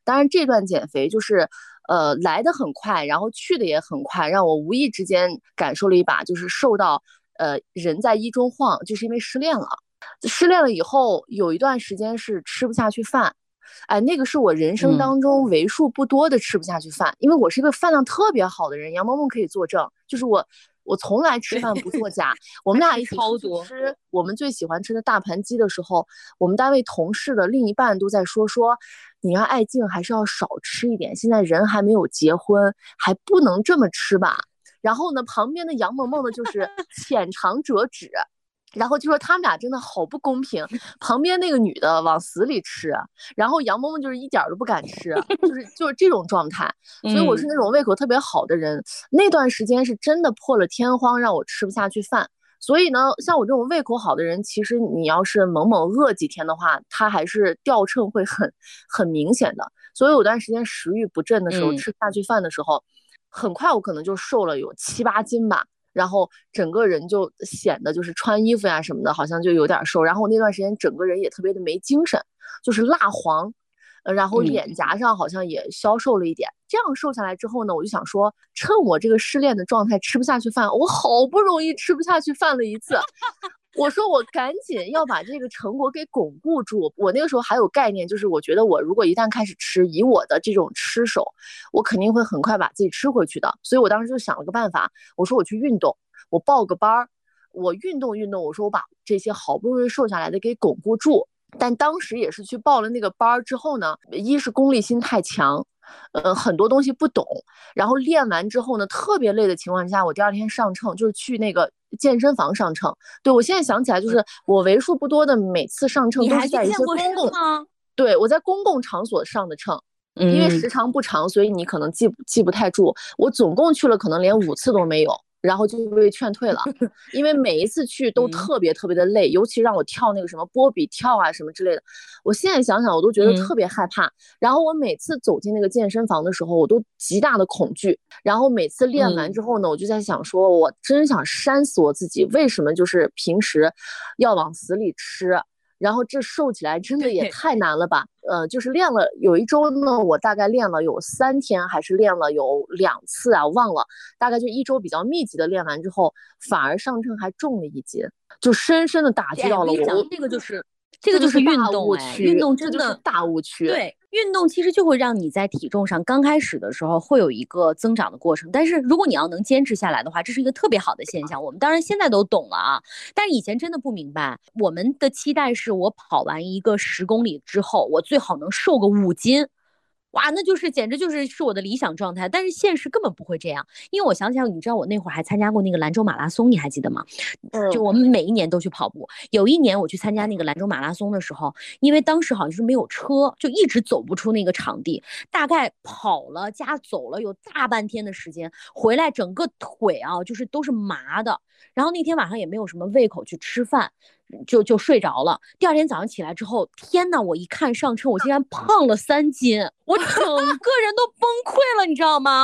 当然这段减肥就是来得很快，然后去的也很快，让我无意之间感受了一把就是瘦到人在衣中晃，就是因为失恋了。失恋了以后有一段时间是吃不下去饭，哎，那个是我人生当中为数不多的吃不下去饭，因为我是一个饭量特别好的人，杨萌萌可以作证，就是我从来吃饭不作假。我们俩一起吃我们最喜欢吃的大盘鸡的时候，我们单位同事的另一半都在说你让爱静还是要少吃一点，现在人还没有结婚，还不能这么吃吧。然后呢，旁边的杨萌萌呢就是浅尝辄止。然后就说他们俩真的好不公平，旁边那个女的往死里吃，然后杨萌萌就是一点都不敢吃，就是这种状态。所以我是那种胃口特别好的人，那段时间是真的破了天荒，让我吃不下去饭。所以呢，像我这种胃口好的人，其实你要是猛饿几天的话，他还是掉秤会很明显的。所以有段时间食欲不振的时候，吃不下去饭的时候，很快我可能就瘦了有7、8斤吧。然后整个人就显得就是穿衣服呀什么的，好像就有点瘦。然后那段时间整个人也特别的没精神，就是蜡黄，然后脸颊上好像也消瘦了一点。这样瘦下来之后呢，我就想说，趁我这个失恋的状态吃不下去饭，我好不容易吃不下去饭了一次。我说我赶紧要把这个成果给巩固住。我那个时候还有概念，就是我觉得我如果一旦开始吃，以我的这种吃手，我肯定会很快把自己吃回去的。所以我当时就想了个办法，我说我去运动，我报个班，我运动，我说我把这些好不容易瘦下来的给巩固住。但当时也是去报了那个班之后呢，一是功利心太强，很多东西不懂，然后练完之后呢，特别累的情况下，我第二天上秤，就是去那个健身房上秤。对，我现在想起来，就是我为数不多的每次上秤都是在一些公共，对，我在公共场所上的秤，因为时长不长，所以你可能记不太住。我总共去了可能连5次都没有。然后就被劝退了，因为每一次去都特别特别的累，尤其让我跳那个什么波比跳啊什么之类的，我现在想想我都觉得特别害怕。然后我每次走进那个健身房的时候，我都极大的恐惧。然后每次练完之后呢，我就在想说，我真想扇死我自己，为什么就是平时要往死里吃？然后这瘦起来真的也太难了吧？就是练了有一周呢，我大概练了有3天，还是练了有2次啊，忘了。大概就一周比较密集的练完之后，反而上秤还重了1斤，就深深的打击到了我。 这个就是运动，运动真的就是大误区。 对，运动其实就会让你在体重上刚开始的时候会有一个增长的过程，但是如果你要能坚持下来的话，这是一个特别好的现象。我们当然现在都懂了啊，但是以前真的不明白。我们的期待是我跑完一个10公里之后，我最好能瘦个5斤。哇，那就是简直是我的理想状态，但是现实根本不会这样。因为我想想，你知道我那会儿还参加过那个兰州马拉松，你还记得吗？就我们每一年都去跑步。有一年我去参加那个兰州马拉松的时候，因为当时好像是没有车，就一直走不出那个场地，大概跑了加走了有大半天的时间，回来整个腿啊就是都是麻的。然后那天晚上也没有什么胃口去吃饭，就睡着了。第二天早上起来之后，天哪！我一看上称，我竟然胖了3斤，我整个人都崩溃了，你知道吗？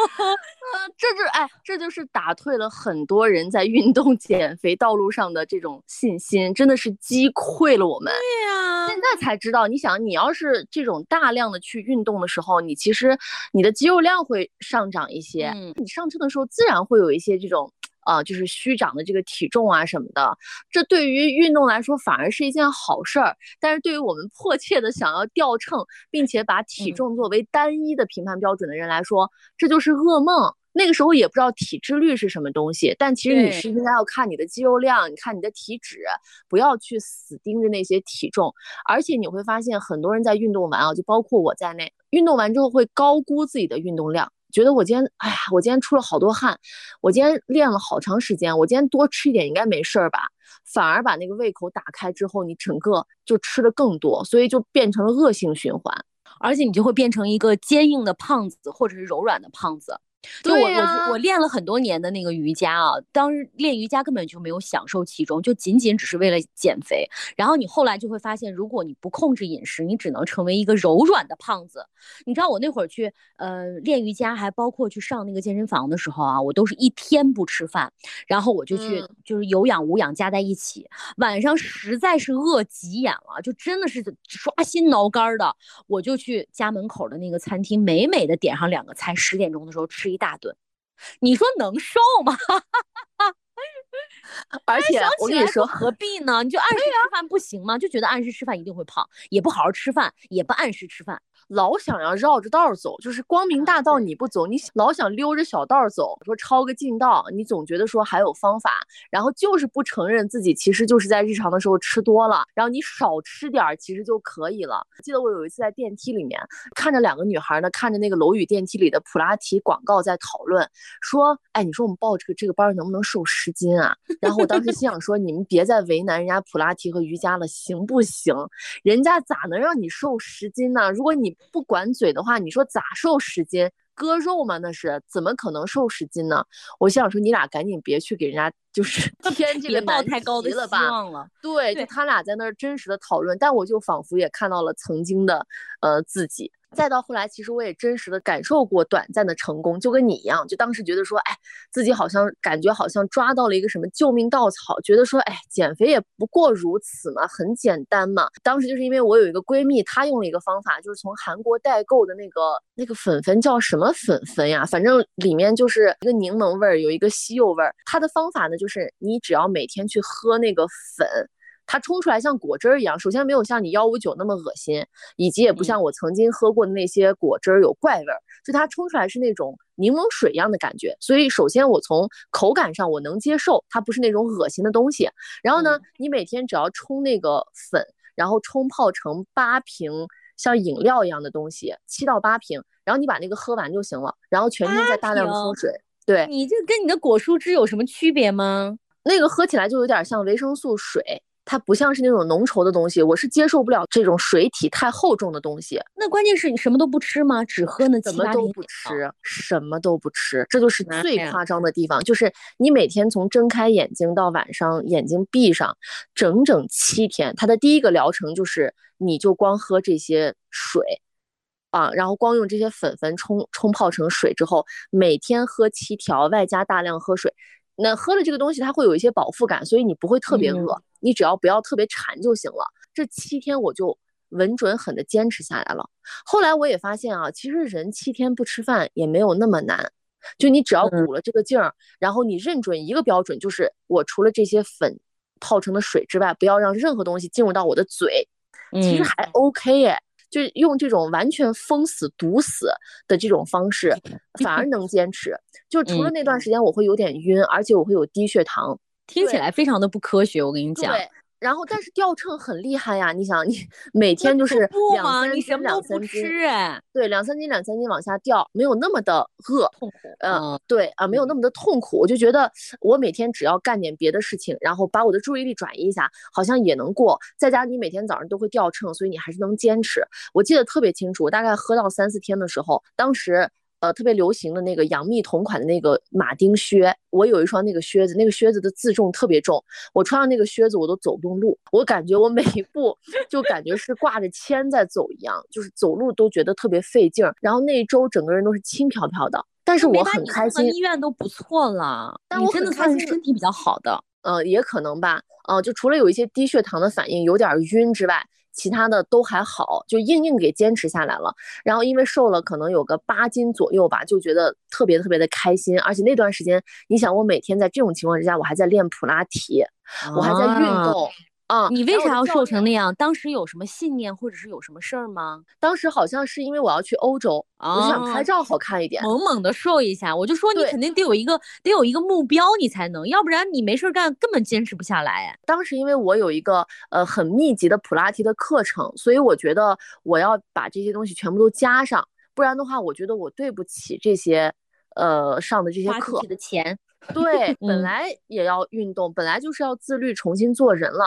这就是打退了很多人在运动减肥道路上的这种信心，真的是击溃了我们。 对呀， 现在才知道，你想，你要是这种大量的去运动的时候，你其实你的肌肉量会上涨一些，你上称的时候自然会有一些这种。就是虚长的这个体重啊什么的，这对于运动来说反而是一件好事儿。但是对于我们迫切的想要掉秤，并且把体重作为单一的评判标准的人来说，这就是噩梦。那个时候也不知道体脂率是什么东西，但其实你是应该要看你的肌肉量，你看你的体脂，不要去死盯着那些体重。而且你会发现很多人在运动完啊，就包括我在内，运动完之后会高估自己的运动量，觉得我今天出了好多汗，我今天练了好长时间，我今天多吃一点应该没事吧，反而把那个胃口打开之后，你整个就吃的更多，所以就变成了恶性循环。 而且你就会变成一个坚硬的胖子或者是柔软的胖子。 就我练了很多年的那个瑜伽啊，当时练瑜伽根本就没有享受其中，就仅仅只是为了减肥。然后你后来就会发现，如果你不控制饮食，你只能成为一个柔软的胖子。你知道我那会儿去练瑜伽，还包括去上那个健身房的时候啊，我都是一天不吃饭，然后我就去就是有氧无氧加在一起。晚上实在是饿急眼了，就真的是刷心挠肝的，我就去家门口的那个餐厅，美美的点上2个菜，10点钟的时候吃一大顿。你说能瘦吗？ 而且我跟你说， 何必呢？你就按时吃饭不行吗？就觉得按时吃饭一定会胖，也不好好吃饭，也不按时吃饭。 老想要绕着道走，就是光明大道你不走，你老想溜着小道走，说抄个近道，你总觉得说还有方法，然后就是不承认自己其实就是在日常的时候吃多了，然后你少吃点其实就可以了。记得我有一次在电梯里面看着2个女孩呢，看着那个楼宇电梯里的普拉提广告在讨论，说，哎，你说我们报这个班能不能瘦10斤啊？然后我当时心想说，你们别再为难人家普拉提和瑜伽了，行不行？人家咋能让你瘦10斤呢？如果你不管嘴的话，你说咋瘦10斤？割肉吗？那是怎么可能瘦10斤呢？我想说，你俩赶紧别去给人家就是添这个抱太高的希望了。对，就他俩在那儿真实的讨论，但我就仿佛也看到了曾经的自己。再到后来，其实我也真实的感受过短暂的成功，就跟你一样，就当时觉得说，哎，自己好像感觉好像抓到了一个什么救命稻草，觉得说，哎，减肥也不过如此嘛，很简单嘛。当时就是因为我有一个闺蜜，她用了一个方法，就是从韩国代购的那个粉粉叫什么粉粉呀，反正里面就是一个柠檬味儿，有一个西柚味儿。她的方法呢，就是你只要每天去喝那个粉。它冲出来像果汁一样，首先没有像你159那么恶心，以及也不像我曾经喝过的那些果汁有怪味儿，就它冲出来是那种柠檬水一样的感觉。所以首先我从口感上我能接受，它不是那种恶心的东西。然后呢，你每天只要冲那个粉，然后冲泡成8瓶像饮料一样的东西，7到8瓶，然后你把那个喝完就行了，然后全天再大量的喝水。对， 你这跟你的果蔬汁有什么区别吗？ 那个喝起来就有点像维生素水。它不像是那种浓稠的东西，我是接受不了这种水体太厚重的东西。 那关键是你什么都不吃吗？只喝那7、8瓶？ 什么都不吃，什么都不吃，这就是最夸张的地方。就是你每天从睁开眼睛到晚上眼睛闭上，整整7天。它的第一个疗程就是你就光喝这些水啊，然后光用这些粉粉冲泡成水之后，每天喝7条，外加大量喝水。那喝了这个东西，它会有一些饱腹感，所以你不会特别饿，你只要不要特别馋就行了。这7天我就稳准狠的坚持下来了。后来我也发现啊，其实人7天不吃饭也没有那么难，就你只要鼓了这个劲儿，然后你认准一个标准，就是我除了这些粉泡成的水之外，不要让任何东西进入到我的嘴，其实还 OK 耶。就用这种完全封死堵死的这种方式反而能坚持。就除了那段时间我会有点晕，而且我会有低血糖， 听起来非常的不科学，我跟你讲。 对，然后但是掉秤很厉害呀，你想你每天就是2、3斤2、3斤，对，2、3斤2、3斤往下掉，没有那么的饿， 痛苦。 对啊，没有那么的痛苦。我就觉得我每天只要干点别的事情，然后把我的注意力转移一下，好像也能过。再加上你每天早上都会掉秤，所以你还是能坚持。我记得特别清楚，我大概喝到3、4天的时候，当时特别流行的那个杨幂同款的那个马丁靴，我有一双那个靴子，那个靴子的自重特别重，我穿上那个靴子我都走不动路，我感觉我每一步就感觉是挂着铅在走一样，就是走路都觉得特别费劲儿，然后那一周整个人都是轻飘飘的，但是我很开心。 医院都不错了， 但我真的算是身体比较好的。 也可能吧，就除了有一些低血糖的反应，有点晕之外，其他的都还好，就硬给坚持下来了。然后因为瘦了可能有个8斤左右吧，就觉得特别特别的开心。而且那段时间，你想我每天在这种情况之下，我还在练普拉提，我还在运动。 你为啥要瘦成那样？当时有什么信念或者是有什么事儿吗？ 当时好像是因为我要去欧洲，我就想拍照好看一点， 猛猛的瘦一下。我就说你肯定得有一个目标，你才能，要不然你没事干根本坚持不下来。 当时因为我有一个很密集的普拉提的课程，所以我觉得我要把这些东西全部都加上，不然的话，我觉得我对不起这些上的这些课花出去的钱。 对，本来也要运动，本来就是要自律，重新做人了。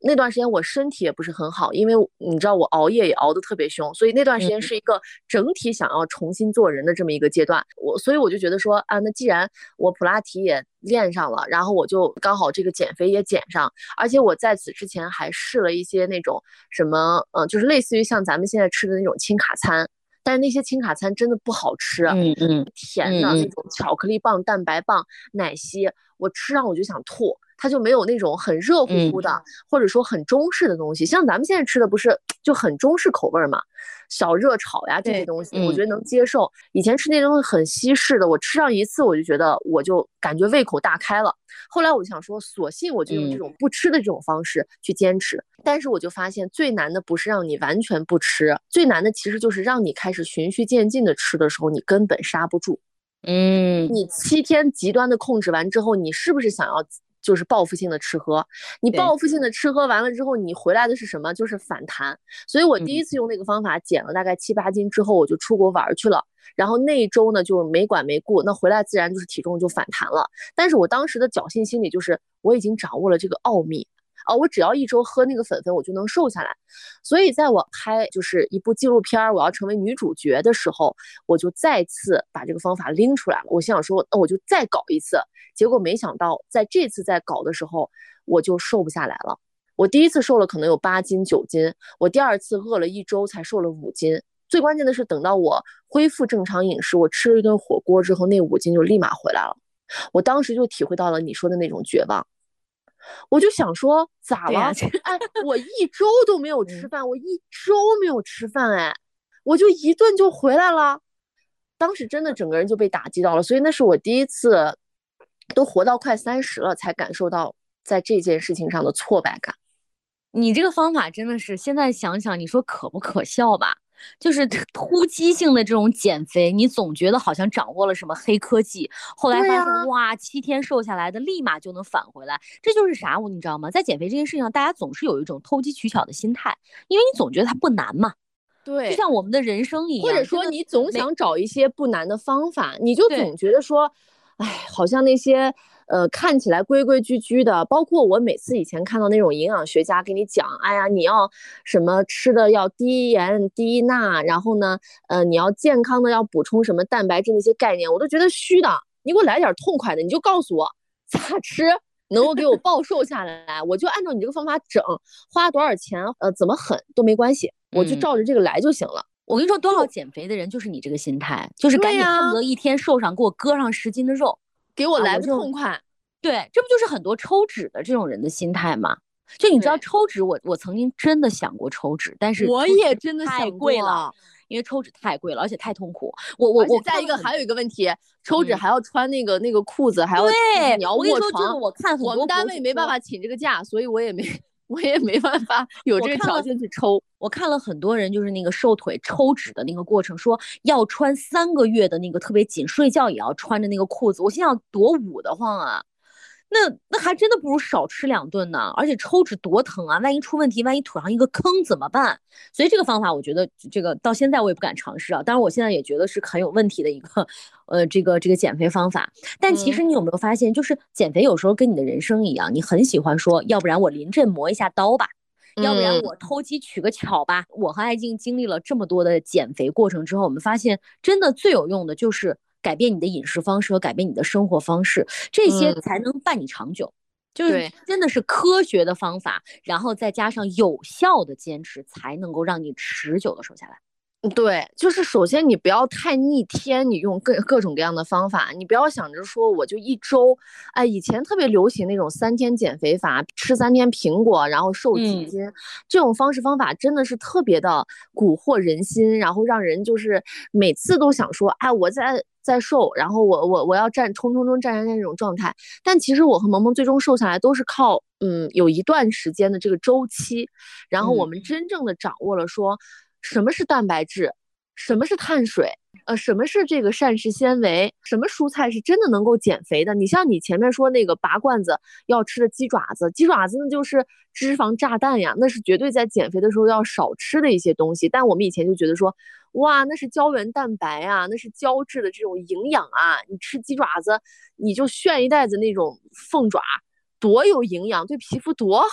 那段时间我身体也不是很好，因为你知道我熬夜也熬得特别凶，所以那段时间是一个整体想要重新做人的这么一个阶段。所以我就觉得说啊，那既然我普拉提也练上了，然后我就刚好这个减肥也减上，而且我在此之前还试了一些那种什么就是类似于像咱们现在吃的那种轻卡餐。但是那些轻卡餐真的不好吃，甜的那种巧克力棒、蛋白棒、奶昔，我吃上我就想吐。它就没有那种很热乎乎的，或者说很中式的东西。像咱们现在吃的不是就很中式口味嘛，小热炒呀这些东西，我觉得能接受。以前吃那东西很西式的，我吃上一次我就觉得我就感觉胃口大开了。后来我就想说，索性我就用这种不吃的这种方式去坚持。但是我就发现最难的不是让你完全不吃，最难的其实就是让你开始循序渐进的吃的时候，你根本刹不住。你7天极端的控制完之后，你是不是想要就是报复性的吃喝？你报复性的吃喝完了之后，你回来的是什么？就是反弹。所以我第一次用那个方法减了大概7、8斤之后，我就出国玩去了。然后那一周呢，就没管没顾，那回来自然就是体重就反弹了。但是我当时的侥幸心理就是我已经掌握了这个奥秘。我只要1周喝那个粉粉，我就能瘦下来。所以在我拍就是一部纪录片，我要成为女主角的时候，我就再次把这个方法拎出来了。我想说，我就再搞一次。结果没想到，在这次再搞的时候，我就瘦不下来了。我第一次瘦了可能有8斤9斤，我第二次饿了1周才瘦了5斤。最关键的是，等到我恢复正常饮食，我吃了一顿火锅之后，那5斤就立马回来了。我当时就体会到了你说的那种绝望。我就想说咋了？我1周都没有吃饭，我1周没有吃饭，我就1顿就回来了。当时真的整个人就被打击到了，所以那是我第一次都活到快30了才感受到在这件事情上的挫败感。 你这个方法真的是现在想想，你说可不可笑吧？就是突击性的这种减肥，你总觉得好像掌握了什么黑科技，后来发现哇，7天瘦下来的立马就能返回来，这就是啥？你知道吗？在减肥这件事情上，大家总是有一种投机取巧的心态，因为你总觉得它不难嘛。 对， 就像我们的人生一样， 或者说你总想找一些不难的方法，你就总觉得说，好像那些看起来规规矩矩的，包括我每次以前看到那种营养学家给你讲，哎呀，你要什么吃的要低盐低钠，然后呢，你要健康的要补充什么蛋白质那些概念，我都觉得虚的。你给我来点痛快的，你就告诉我咋吃能够给我暴瘦下来，我就按照你这个方法整，花多少钱，怎么狠都没关系，我就照着这个来就行了。 我跟你说，多少减肥的人就是你这个心态，就是赶紧恨不得1天瘦上，给我割上10斤的肉， 给我来个痛快。 对，这不就是很多抽脂的这种人的心态吗？就你知道抽脂，我曾经真的想过抽脂，但是我也真的太贵了，因为抽脂太贵了，而且太痛苦。我再一个还有一个问题，抽脂还要穿那个裤子，还要对， 你要卧床。 我看很多我们单位没办法请这个假，所以我也没办法有这个条件去抽。 我看了很多人就是那个瘦腿抽脂的那个过程，说要穿3个月的那个特别紧，睡觉也要穿着那个裤子。我心想多捂得慌啊！那还真的不如少吃2顿呢，而且抽脂多疼啊！万一出问题，万一腿上一个坑怎么办？所以这个方法，我觉得这个到现在我也不敢尝试啊。当然，我现在也觉得是很有问题的一个这个减肥方法。但其实你有没有发现，就是减肥有时候跟你的人生一样，你很喜欢说，要不然我临阵磨一下刀吧。要不然我偷鸡取个巧吧。我和艾静经历了这么多的减肥过程之后，我们发现真的最有用的就是改变你的饮食方式和改变你的生活方式，这些才能伴你长久。就是真的是科学的方法，然后再加上有效的坚持，才能够让你持久的瘦下来。 对，就是首先你不要太逆天，你用各种各样的方法，你不要想着说我就1周，以前特别流行那种3天减肥法，吃3天苹果然后瘦几斤，这种方法真的是特别的蛊惑人心，然后让人就是每次都想说，我在瘦，然后我要冲战那种状态。但其实我和萌萌最终瘦下来都是靠有一段时间的这个周期，然后我们真正的掌握了说什么是蛋白质，什么是碳水，什么是这个膳食纤维，什么蔬菜是真的能够减肥的。你像你前面说那个拔罐子要吃的鸡爪子那就是脂肪炸弹呀，那是绝对在减肥的时候要少吃的一些东西。但我们以前就觉得说，哇，那是胶原蛋白啊，那是胶质的这种营养啊，你吃鸡爪子你就炫一袋子那种凤爪，多有营养，对皮肤多好。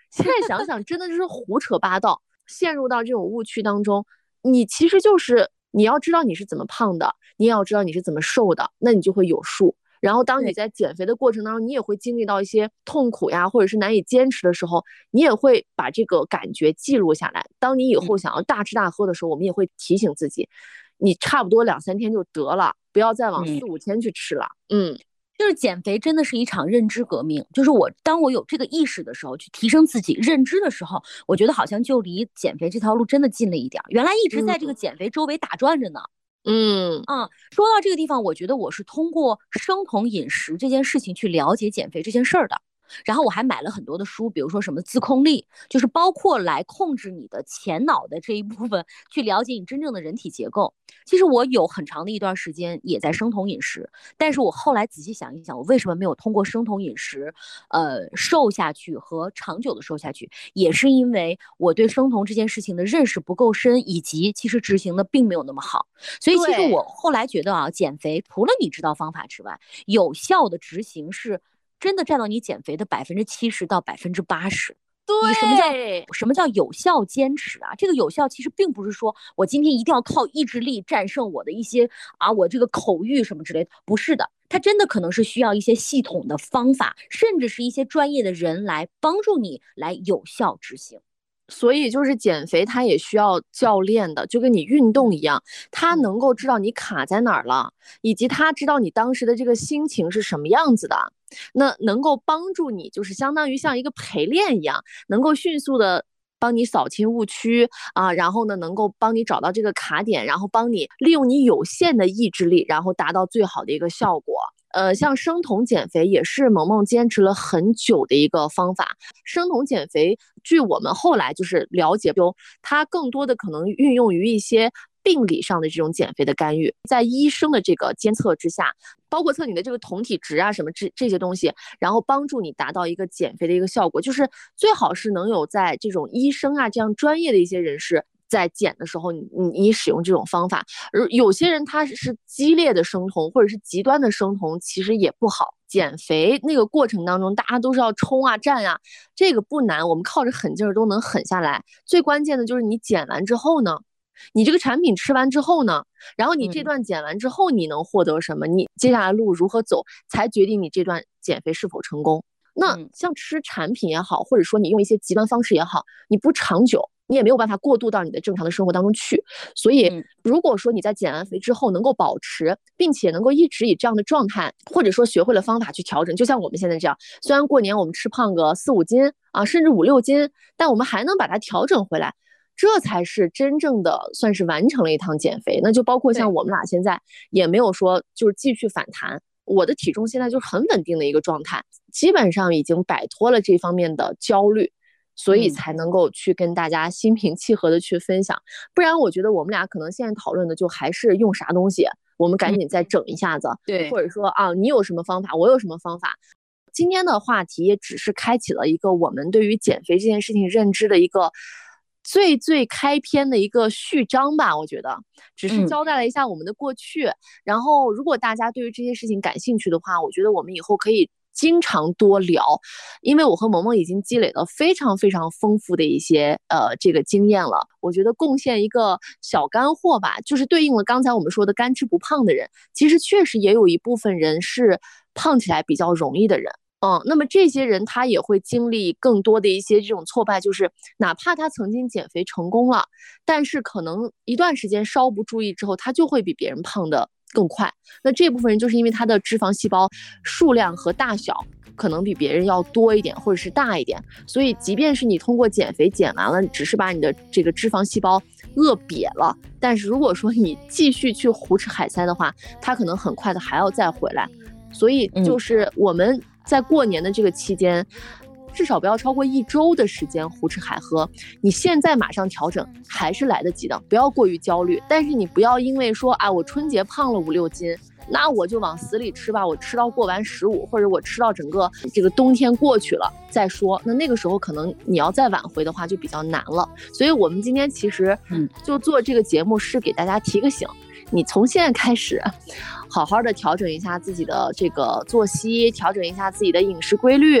现在想想真的就是胡扯八道，陷入到这种误区当中。你其实就是你要知道你是怎么胖的，你也要知道你是怎么瘦的，那你就会有数。然后当你在减肥的过程当中，你也会经历到一些痛苦呀，或者是难以坚持的时候，你也会把这个感觉记录下来。当你以后想要大吃大喝的时候，我们也会提醒自己，你差不多2-3天就得了，不要再往4-5天去吃了。 就是减肥真的是一场认知革命，就是当我有这个意识的时候，去提升自己认知的时候，我觉得好像就离减肥这条路真的近了一点，原来一直在这个减肥周围打转着呢。说到这个地方，我觉得我是通过生酮饮食这件事情去了解减肥这件事儿的。然后我还买了很多的书，比如说什么自控力，就是包括来控制你的前脑的这一部分，去了解你真正的人体结构。其实我有很长的一段时间也在生酮饮食，但是我后来仔细想一想，我为什么没有通过生酮饮食瘦下去和长久的瘦下去，也是因为我对生酮这件事情的认识不够深，以及其实执行的并没有那么好。所以其实我后来觉得啊，减肥除了你知道方法之外，有效的执行是真的占到你减肥的70%到80%。 对， 什么叫有效坚持啊？这个有效其实并不是说我今天一定要靠意志力战胜我的一些我这个口欲什么之类的，不是的，它真的可能是需要一些系统的方法，甚至是一些专业的人来帮助你来有效执行。 所以就是减肥它也需要教练的，就跟你运动一样，他能够知道你卡在哪儿了，以及他知道你当时的这个心情是什么样子的，那能够帮助你，就是相当于像一个陪练一样，能够迅速的帮你扫清误区然后呢能够帮你找到这个卡点，然后帮你利用你有限的意志力，然后达到最好的一个效果。像生酮减肥也是萌萌坚持了很久的一个方法。生酮减肥据我们后来就是了解，它更多的可能运用于一些病理上的这种减肥的干预，在医生的这个监测之下，包括测你的这个酮体值什么这些东西，然后帮助你达到一个减肥的一个效果。就是最好是能有在这种医生这样专业的一些人士在减的时候，你使用这种方法。而有些人他是激烈的生酮或者是极端的生酮，其实也不好。减肥那个过程当中，大家都是要冲战这个不难，我们靠着狠劲儿都能狠下来。最关键的就是你减完之后呢，你这个产品吃完之后呢，然后你这段减完之后你能获得什么，你接下来路如何走，才决定你这段减肥是否成功。那像吃产品也好，或者说你用一些极端方式也好，你不长久，你也没有办法过渡到你的正常的生活当中去。所以如果说你在减完肥之后能够保持，并且能够一直以这样的状态，或者说学会了方法去调整，就像我们现在这样，虽然过年我们吃胖个4-5斤甚至5-6斤，但我们还能把它调整回来，这才是真正的算是完成了一趟减肥。那就包括像我们俩现在也没有说就是继续反弹，我的体重现在就是很稳定的一个状态，基本上已经摆脱了这方面的焦虑，所以才能够去跟大家心平气和的去分享。不然我觉得我们俩可能现在讨论的就还是用啥东西，我们赶紧再整一下子， 对， 或者说你有什么方法，我有什么方法。今天的话题也只是开启了一个我们对于减肥这件事情认知的一个最开篇的一个序章吧，我觉得只是交代了一下我们的过去。然后如果大家对于这些事情感兴趣的话，我觉得我们以后可以经常多聊，因为我和萌萌已经积累了非常非常丰富的一些这个经验了。我觉得贡献一个小干货吧，就是对应了刚才我们说的干吃不胖的人，其实确实也有一部分人是胖起来比较容易的人。那么这些人他也会经历更多的一些这种挫败，就是哪怕他曾经减肥成功了，但是可能一段时间稍不注意之后，他就会比别人胖的更快。那这部分人就是因为他的脂肪细胞数量和大小可能比别人要多一点，或者是大一点，所以即便是你通过减肥减完了，只是把你的这个脂肪细胞饿瘪了，但是如果说你继续去胡吃海塞的话，它可能很快的还要再回来。所以就是我们在过年的这个期间，至少不要超过1周的时间胡吃海喝。你现在马上调整还是来得及的，不要过于焦虑。但是你不要因为说我春节胖了5-6斤，那我就往死里吃吧，我吃到过完15，或者我吃到整个这个冬天过去了再说。那个时候可能你要再挽回的话就比较难了。所以我们今天其实就做这个节目是给大家提个醒，你从现在开始好好的调整一下自己的这个作息，调整一下自己的饮食规律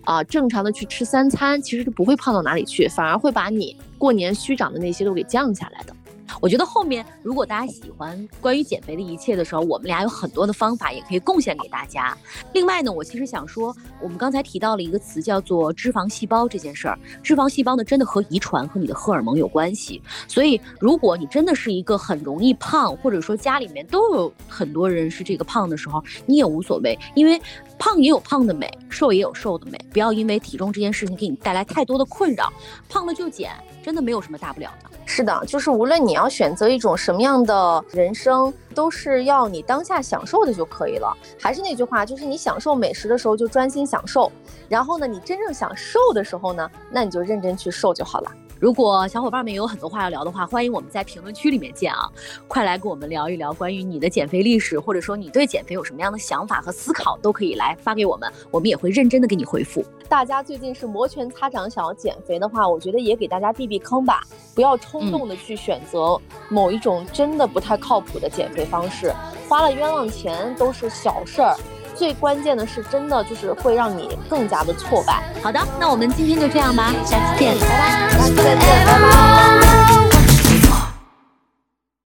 正常的去吃3餐，其实是不会胖到哪里去，反而会把你过年虚长的那些都给降下来的。 我觉得后面如果大家喜欢关于减肥的一切的时候，我们俩有很多的方法也可以贡献给大家。另外呢，我其实想说，我们刚才提到了一个词叫做脂肪细胞这件事儿。脂肪细胞呢，真的和遗传和你的荷尔蒙有关系。所以如果你真的是一个很容易胖，或者说家里面都有很多人是这个胖的时候，你也无所谓，因为胖也有胖的美，瘦也有瘦的美。不要因为体重这件事情给你带来太多的困扰，胖了就减，真的没有什么大不了的。 是的，就是无论你要选择一种什么样的人生，都是要你当下享受的就可以了。还是那句话，就是你享受美食的时候就专心享受，然后呢，你真正想瘦的时候呢，那你就认真去瘦就好了。 如果小伙伴们有很多话要聊的话，欢迎我们在评论区里面见啊！快来跟我们聊一聊关于你的减肥历史，或者说你对减肥有什么样的想法和思考，都可以来发给我们，我们也会认真的给你回复。 大家最近是摩拳擦掌想要减肥的话，我觉得也给大家避避坑吧，不要冲动的去选择某一种真的不太靠谱的减肥方式，花了冤枉钱都是小事儿。最关键的是真的就是会让你更加的挫败。 好的，那我们今天就这样吧，下次见，拜拜。 下次再见，拜拜。